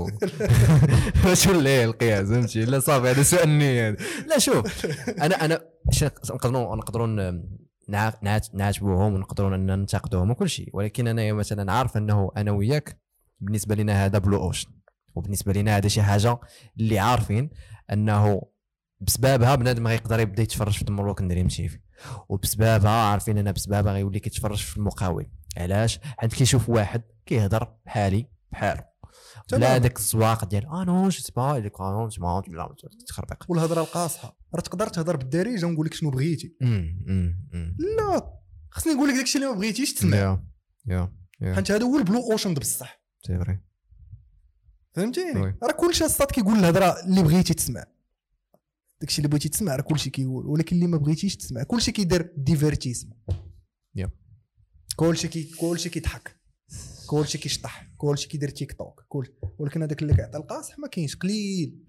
اللي القياس فهمتي. لا صافي هذا سوء النيه. لا شوف انا نقدروا نعاتبوهم ونقدروا ننتقدوهم وكل شيء. ولكن انا مثلا عارف انه انا وياك بالنسبه لنا هذا بلو اوشن وبالنسبه لنا هذا شي حاجه اللي عارفين انه بسببها بنادم غيقدر يبدا يتفرج في دمروك دريم تيفي. وبسببها عارفين انا بسببها غيولي كيتفرج في المقاول. علاش؟ حيت كيشوف واحد كيهضر بحالي بحالو بلا داك الزواق ديال نو جو سي با لي كون جو بلا تخربق والهضره القاصحه. راه تقدر تهضر بالدارجه ونقول لك شنو بغيتي. لا خصني نقول لك داكشي اللي ما بغيتيش تسمع. حيت هذا هو البلو اوشن بصح. سي فري فهمتيني. راه كلشي الصاد كيقول الهضره اللي بغيتي تسمع. داكشي اللي بغيتي تسمع راه كلشي كيقول. ولكن اللي ما بغيتيش تسمع كلشي كيدير ديفيرتيسمون. كلشي كيضحك كلشي كيشطح كلشي كيدير تيك توك ولكن هذاك اللي كيعطي القاصح ما كاينش قليل.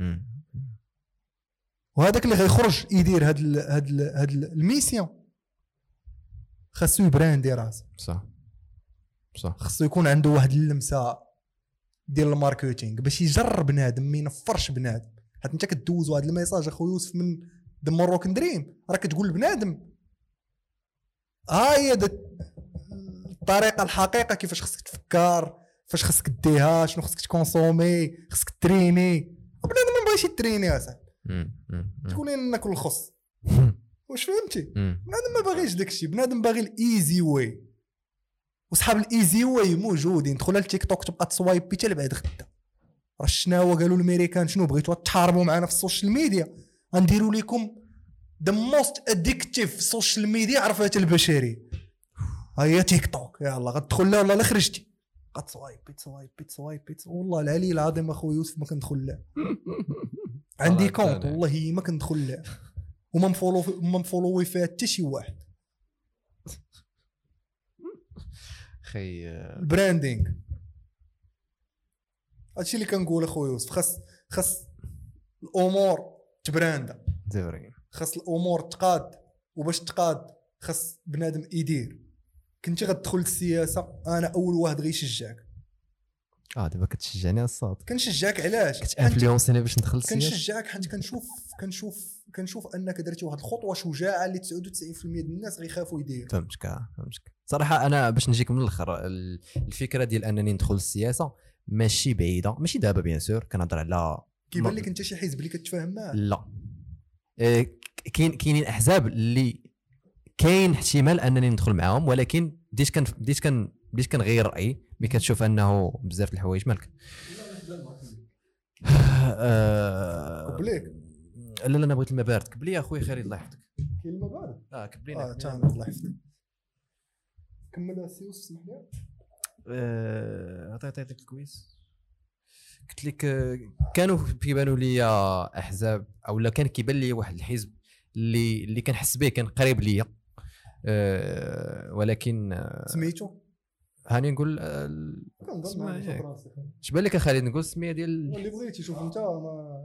وهذاك اللي غيخرج يدير هاد الميسيون خاصو يبراندي راسو. صح خاصو يكون عنده واحد اللمسه ديال الماركتينغ باش يجرب بنادم ما ينفرش بنادم. حيت انت كدوز واحد الميساج اخو يوسف من دمروك دريم راه كتقول لبنادم ها هي الطريقه الحقيقه كيفاش خصك تفكر فاش خصك ديها شنو خصك تكونسومي خصك تريني. بنادم ما بغاش يتريني اصاحبي تقول لي ناكل الخص. واش فهمتي؟ بنادم ما باغيش داكشي. بنادم باغي الايزي واي. وصحاب الايزي واي موجودين. دخل للتيك توك تبقى تصوايبي حتى لبعد غدا. راه شناهو قالوا الامريكان شنو بغيتوا تحاربوا معنا في السوشيال ميديا غنديروا لكم the most addictive السوشيال ميديا عرفتها البشريه هي تيك توك. يلا غتدخل لها ولا لا خرجتي غتصوايبي والله العلي العظيم اخويا يوسف ما كندخل له. عندي كونت والله ما كندخل له وما مفولوي فيها حتى شي واحد. خي البراندينغ هادشي اللي كنقول اخويا يوسف. خاص الامور تبراندا. خاص الامور تقاد. وباش تقاد خاص بنادم يدير. كنتي غتدخل للسياسه انا اول واحد غيشجعك. دابا كتشجعني الصاد. كنشجعك علاش؟ كتانفلونسيني باش ندخل للسياسه. كنشجعك حيت كنشوف انك درتي واحد الخطوه شجاعه اللي 99% ديال الناس غيخافوا يديروا. فهمتك صراحه. انا باش نجيك من الاخر الفكره ديال انني ندخل للسياسه ماشي بعيده ماشي دابا بيان سور. كنهضر على كيبان لك انت شي حزب اللي كتفاهم معاه. لا كاينين احزاب اللي كاين احتمال انني ندخل معاهم، ولكن بديت كنغير رايي ملي كتشوف انه بزاف الحوايج مالك. قبليك لا انا بغيت الماء بارد. قبل يا اخويا خالد الله يحفظك. كاين الماء بارد كبلينا تمام الله يحفظك. كمل السيوس اسمح لي. عطيتك الكويس. قلت لك كانوا كيبانوا لي احزاب او لا كان كيبان لي واحد الحزب اللي كنحس به كان قريب ليا، ولكن سميتو هاني نقول كنظن اش بان لك خالد نقول السميه ديال اللي بغيتي. شوف انت ما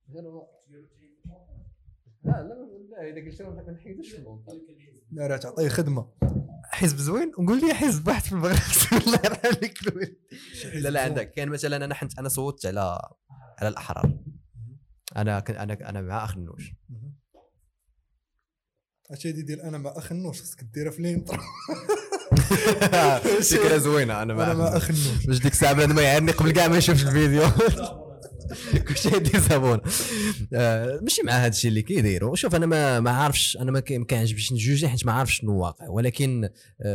لا اذا قلت ما نحيدش لا راه تعطيه خدمه. حزب زوين ونقول لي حزب واحد في المغرب. الله يرحم لك. لا عندك كان مثلا انا صوتت على الاحرار. انا مع اخ النوش. هادشي ديال انا مع اخ النوش خصك ديرها في الانترو. فكره زوينه. انا مع اخ النوش باش ديك الساعه بنادم ما يعرني قبل كاع ما يشوفش الفيديو. كلشي يدير صابون. ماشي مع هذا الشيء اللي كيديروا. شوف انا ما عارفش، انا ما كيعجبنيش نجوجي حيت ما عارفش شنو واقع، ولكن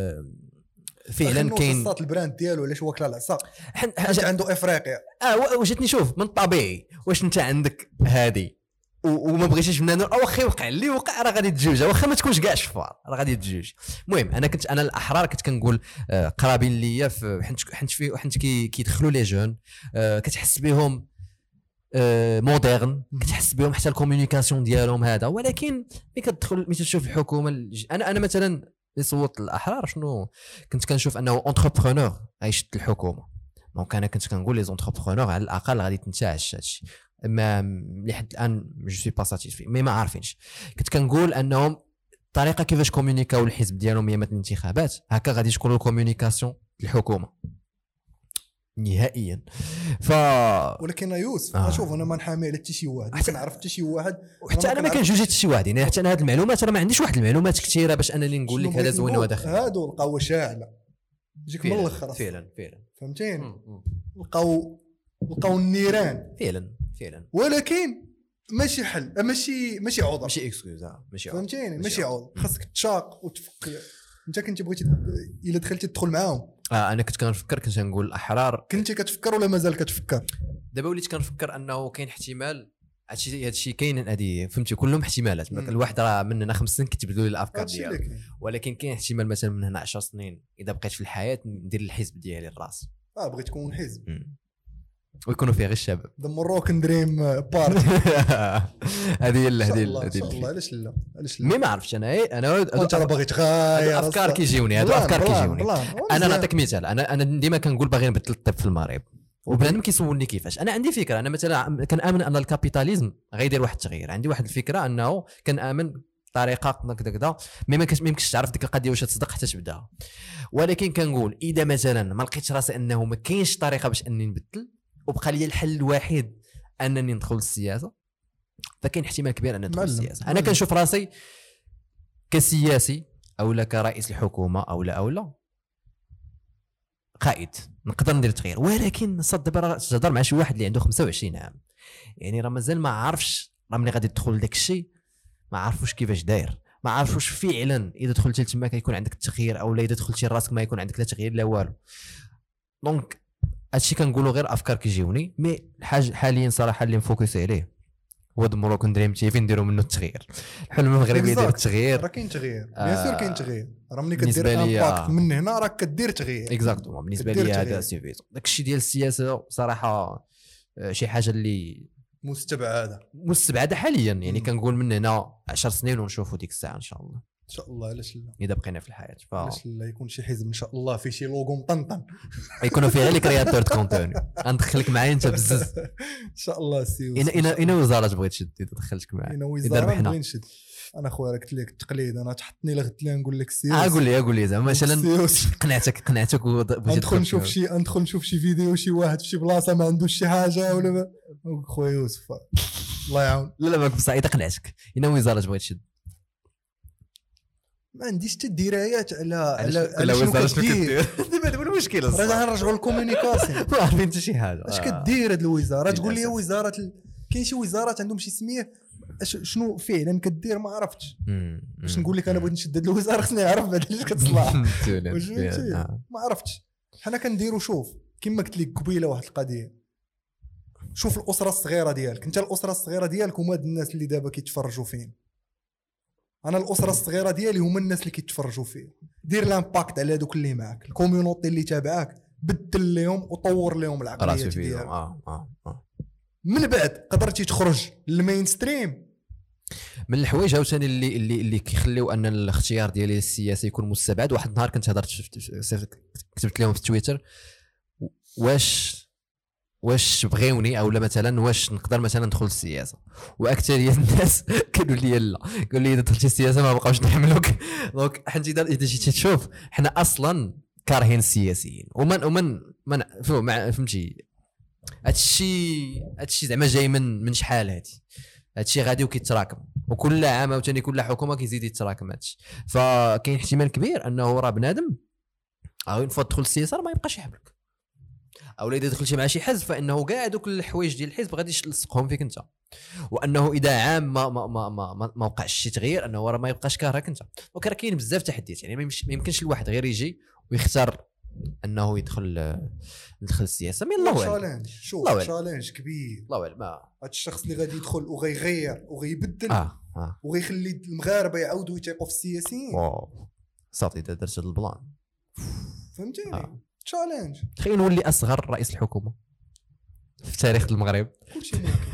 فعلا كاين الصوت البراند ديالو علاش واكله العصا حاجه عنده افريقيا. وجاتني شوف من الطبيعي واش انت عندك هادي وما بغيتيش بنادم او واخا يوقع اللي وقع راه غادي تجوج، واخا ما تكونش كاع شفار راه غادي تجوج. المهم انا الاحرار كنت كنقول قرابين ليا حيت كيدخلوا لي جون، كتحس بهم مودرن، كتحس بهم حتى الكومونيكاسيون ديالهم هذا. ولكن ملي كتدخل ملي تشوف الحكومه انا مثلا اللي صوت الاحرار شنو كنت كنشوف انه اونتربرونور غيشد الحكومه. دونك انا كنت كنقول لي زونتربرونور على الاقل غادي تنتعش هادشي. ما لحد الان جو سوي با ساتيسفي مي ما عارفينش. كنت كنقول انهم الطريقه كيفاش كومونيكاو الحزب ديالهم ايام الانتخابات هكا غادي تكون الكومونيكاسيون الحكومه نهائيا. ولكن يوسف شوف انا ما نحامي على حتى شي واحد، ما كنعرف حتى شي واحد، حتى انا ما كنجوجي حتى شي واحد. يعني حتى انا هاد المعلومات راه ما عنديش واحد المعلومات كثيره باش انني نقول لك هذا زوين وهذا خايب. هادو لقاو شاعله يجيك من الاخر فعلا فهمتيني. لقاو النيران فعلا ولكن ماشي حل، ماشي عوض، ماشي اكسكيوز، ماشي عوض فهمتيني. ماشي عوض، خاصك تشاق وتفكر. انت كنتي بغيتي الا دخلتي تدخل معاهم. انا كنت كنفكر، كنت نقول الاحرار. كنتي كتفكر ولا مازال كتفكر؟ دابا وليت كنفكر انه كاين احتمال هادشي كاين. هذه فهمتي كلهم احتمالات. الواحد راه من هنا 5 سنين كتبدلوا لي الافكار ديالو، ولكن كاين احتمال مثلا من هنا 10 سنين اذا بقيت في الحياه ندير الحزب ديالي الراس. بغيت تكون حزب ويكونوا فيه غير الشباب. ذا مروكن دريم بارتي. هذه علاش لا مي ما عرفتش انا انت راه باغي تغير الافكار كيجيوني. هادو الافكار كيجيوني. انا نعطيك مثال. انا ديما كنقول باغي نبدل الطب في المغرب، وبنادم كيسولني كيفاش. انا عندي فكره. انا مثلا كنامن ان الكابيتاليزم غيدير واحد التغيير. عندي واحد الفكره انه كنامن طريقه كذا ما يمكنش تعرف ديك القضيه واش تصدق حتى تبداها. ولكن كنقول اذا مثلا ما لقيتش راسي انه ما كاينش طريقه باش اني نبدل وبقى لي الحل الوحيد انني ندخل للسياسه، فكاين احتمال كبير ان ندخل للسياسه. انا كنشوف راسي كسياسي او لا كرئيس الحكومه او لا قائد نقدر ندير تغيير. ولكن صد دابا تهضر مع شي واحد اللي عنده 25 عام، يعني راه مازال ما عارفش راه ملي غادي تدخل داك الشيء ما عارفوش كيفاش داير، ما عارفوش فعلا اذا دخلتي لتما كيكون عندك التغيير او لا اذا دخلتي لراسك ما يكون عندك لا تغيير لا والو. دونك هادشي كنقولوا غير افكار كيجيوني. مي حاليا صراحه اللي مفوكس عليه هو مروكن دريم تي في نديروا منه التغيير. الحلم المغربي يدير التغيير. راه كاين تغيير بيان سور كاين تغيير. راه ملي كدير امباكت من هنا راك كدير تغيير. اكزاكتومون. بالنسبه لي هذا سيفيت. داكشي ديال السياسه صراحه شي حاجه اللي مستبعده حاليا. يعني كنقول من هنا 10 سنين ونشوفوا ديك الساعه ان شاء الله. ان شاء الله. علاش لا اذا بقينا في الحياه علاش لا يكون شي حزب ان شاء الله فيه شي لوغو مطنطن يكونوا فيه غير لي كرياتور كونتوني. غندخلك معايا انت بزز ان شاء الله. سي انا وزاره بغيت تشد اذا دخلتك معايا. انا وزاره بغيت نشد. انا خويا قلت لك التقليد. انا تحطني لغد لي نقول لك السياسه. قول لي زعما مثلا قنعتك وبغيت ندخل نشوف شي فيديو شي واحد في شي بلاصه ما عندوش شي حاجه ولا خويا يوسف الله يعاون. لا ما بصح اذا قنعتك انا وزاره بغيت تشد ما عنديش حتى الدرايات على وزاره شنو كدير. دابا المشكله راه غنرجعوا للكومونيكاسيون. ما عارفين حتى شي حاجه اش كدير هاد الوزاره. تقول لي وزاره كاين شي وزارات عندهم شي سميه شنو فعلا كدير ما عرفتش. باش نقول لك انا بغيت نشد هاد الوزاره خصني نعرف بعدا علاش كتصلح. ما عرفتش. حنا كنديروا شوف كما قلت لك قبيله واحد القضيه. شوف الاسره الصغيره ديالك، انت الاسره الصغيره ديالك هما هاد الناس اللي دابا كيتفرجوا فين. انا الاسره الصغيره ديالي هما الناس اللي كيتفرجوا فيه. دير لامباكت على دوك اللي معاك، الكوميونيتي اللي تابعاك، بدل لهم وطور لهم العقليه ديالهم. من بعد قدرتي تخرج للمين ستريم. من الحوايج عاوتاني اللي كيخليو ان الاختيار ديالي السياسي يكون مستبعد. واحد النهار كنت هضرت كتبت لهم في تويتر واش بغيوني او لا مثلا واش نقدر مثلا ندخل السياسه، واكثريه الناس قالوا لي لا، قالوا لي اذا دخلتي السياسه ما بقاوش نحملوك. دونك حيت اذا جيتي تشوف حنا اصلا كارهين السياسيين ومن فهمتي هادشي زعما جاي من شحال هادشي غادي وكيتراكم، وكل عام عاوتاني كل حكومه كيزيد يتراكم هادشي. فكاين احتمال كبير انه راه بنادم ينفض تدخل السياسه ما يبقاش يحبك، او اذا دخلتي مع شي حزب فانه كاع دوك الحوايج ديال الحزب غادي يلصقهم فيك انت، وانه اذا عام ما وقعش شي تغيير انه راه ما يبقاش كارهك انت. دونك راه كاين بزاف تحديات، يعني ما يمكنش الواحد غير يجي ويختار انه يدخل السياسه. من الله تشالنج، شوف تشالنج كبير. الله اعلم هذا الشخص اللي غادي يدخل وغيغير وغيبدل وغيخلي المغاربه يعاودوا يثيقوا في السياسيين. صافي اذا درت هذا البلان فهمتيني. تشالنج. تخيل نولي اصغر رئيس الحكومه في تاريخ المغرب. كلشي ممكن.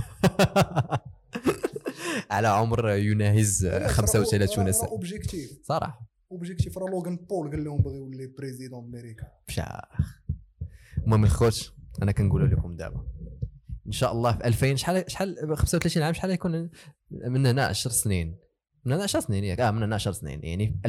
على عمر يناهز 35 سنه. اوبجيكتيف صراحه اوبجيكتيف. راه لوغان بول قال لهم بغى يولي بريزيدون امريكا. بشاخ. المهم الخوت انا كنقول لكم دابا ان شاء الله في 2000 شحال 35 عام شحال يكون من هنا 10 سنين. من هنا 10 سنين ياك من هنا 10 سنين يعني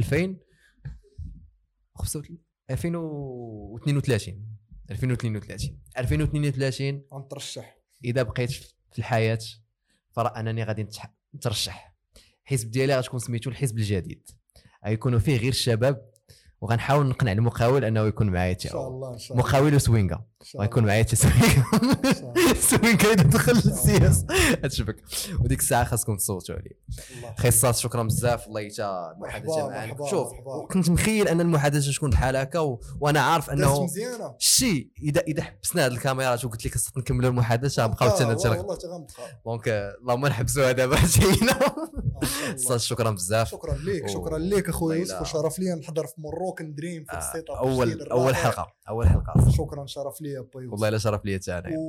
2032 غنترشح. اذا بقيت في الحياه فرا انني غادي نترشح. الحزب ديالي غتكون سميتو الحزب الجديد، غيكونوا فيه غير الشباب، وغنحاول نقنع المقاول انه يكون معايا ان شاء الله. مقاول وسوينغا غيكون معايا سوينغا اذا دخل للسياسه هتشبك. وديك الساعه خاصكم تصوتوا عليه. خيصات شكرا بزاف والله حتى المحادثه معنا. شوف كنت مخيل ان المحادثه تكون بحال هكا وانا عارف انه الشيء اذا حبسنا هذه الكاميرات وقلت لك خصنا نكملوا المحادثه غنبقاو حتى والله غنبقاو. دونك اللهم نحبسوها دابا جاينا. صاد شكرا بزاف. شكرا لك اخويا يوسف. شرف لي نحضر في مروك ندريم في السيت اب اول حلقه. شكرا شرف لي با يوسف. والله الا شرف لي حتى انا.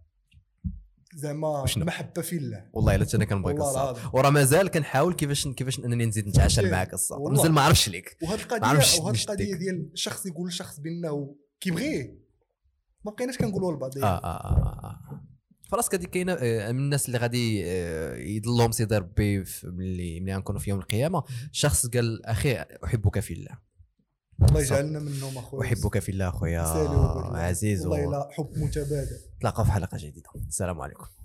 زعما محبه في الله. والله الا انا كنبغيك الصاد، وراه مازال كنحاول كيفاش انني نزيد نتعاشر معاك الصاد. مازال ما عرفتش ليك. وهاد القضيه ديال الشخص يقول لشخص بانه كيبغيه ما بقيناش كنقولوا لبعض. فراسك هذيك كاينه من الناس اللي غادي يضلهم سيدي ربي ملي غنكونوا في يوم القيامه. شخص قال اخي احبك في الله. الله يجعلنا منهم اخويا. احبك في الله اخويا عزيز. والله لا حب متبادل. نتلاقاو في حلقه جديده. السلام عليكم.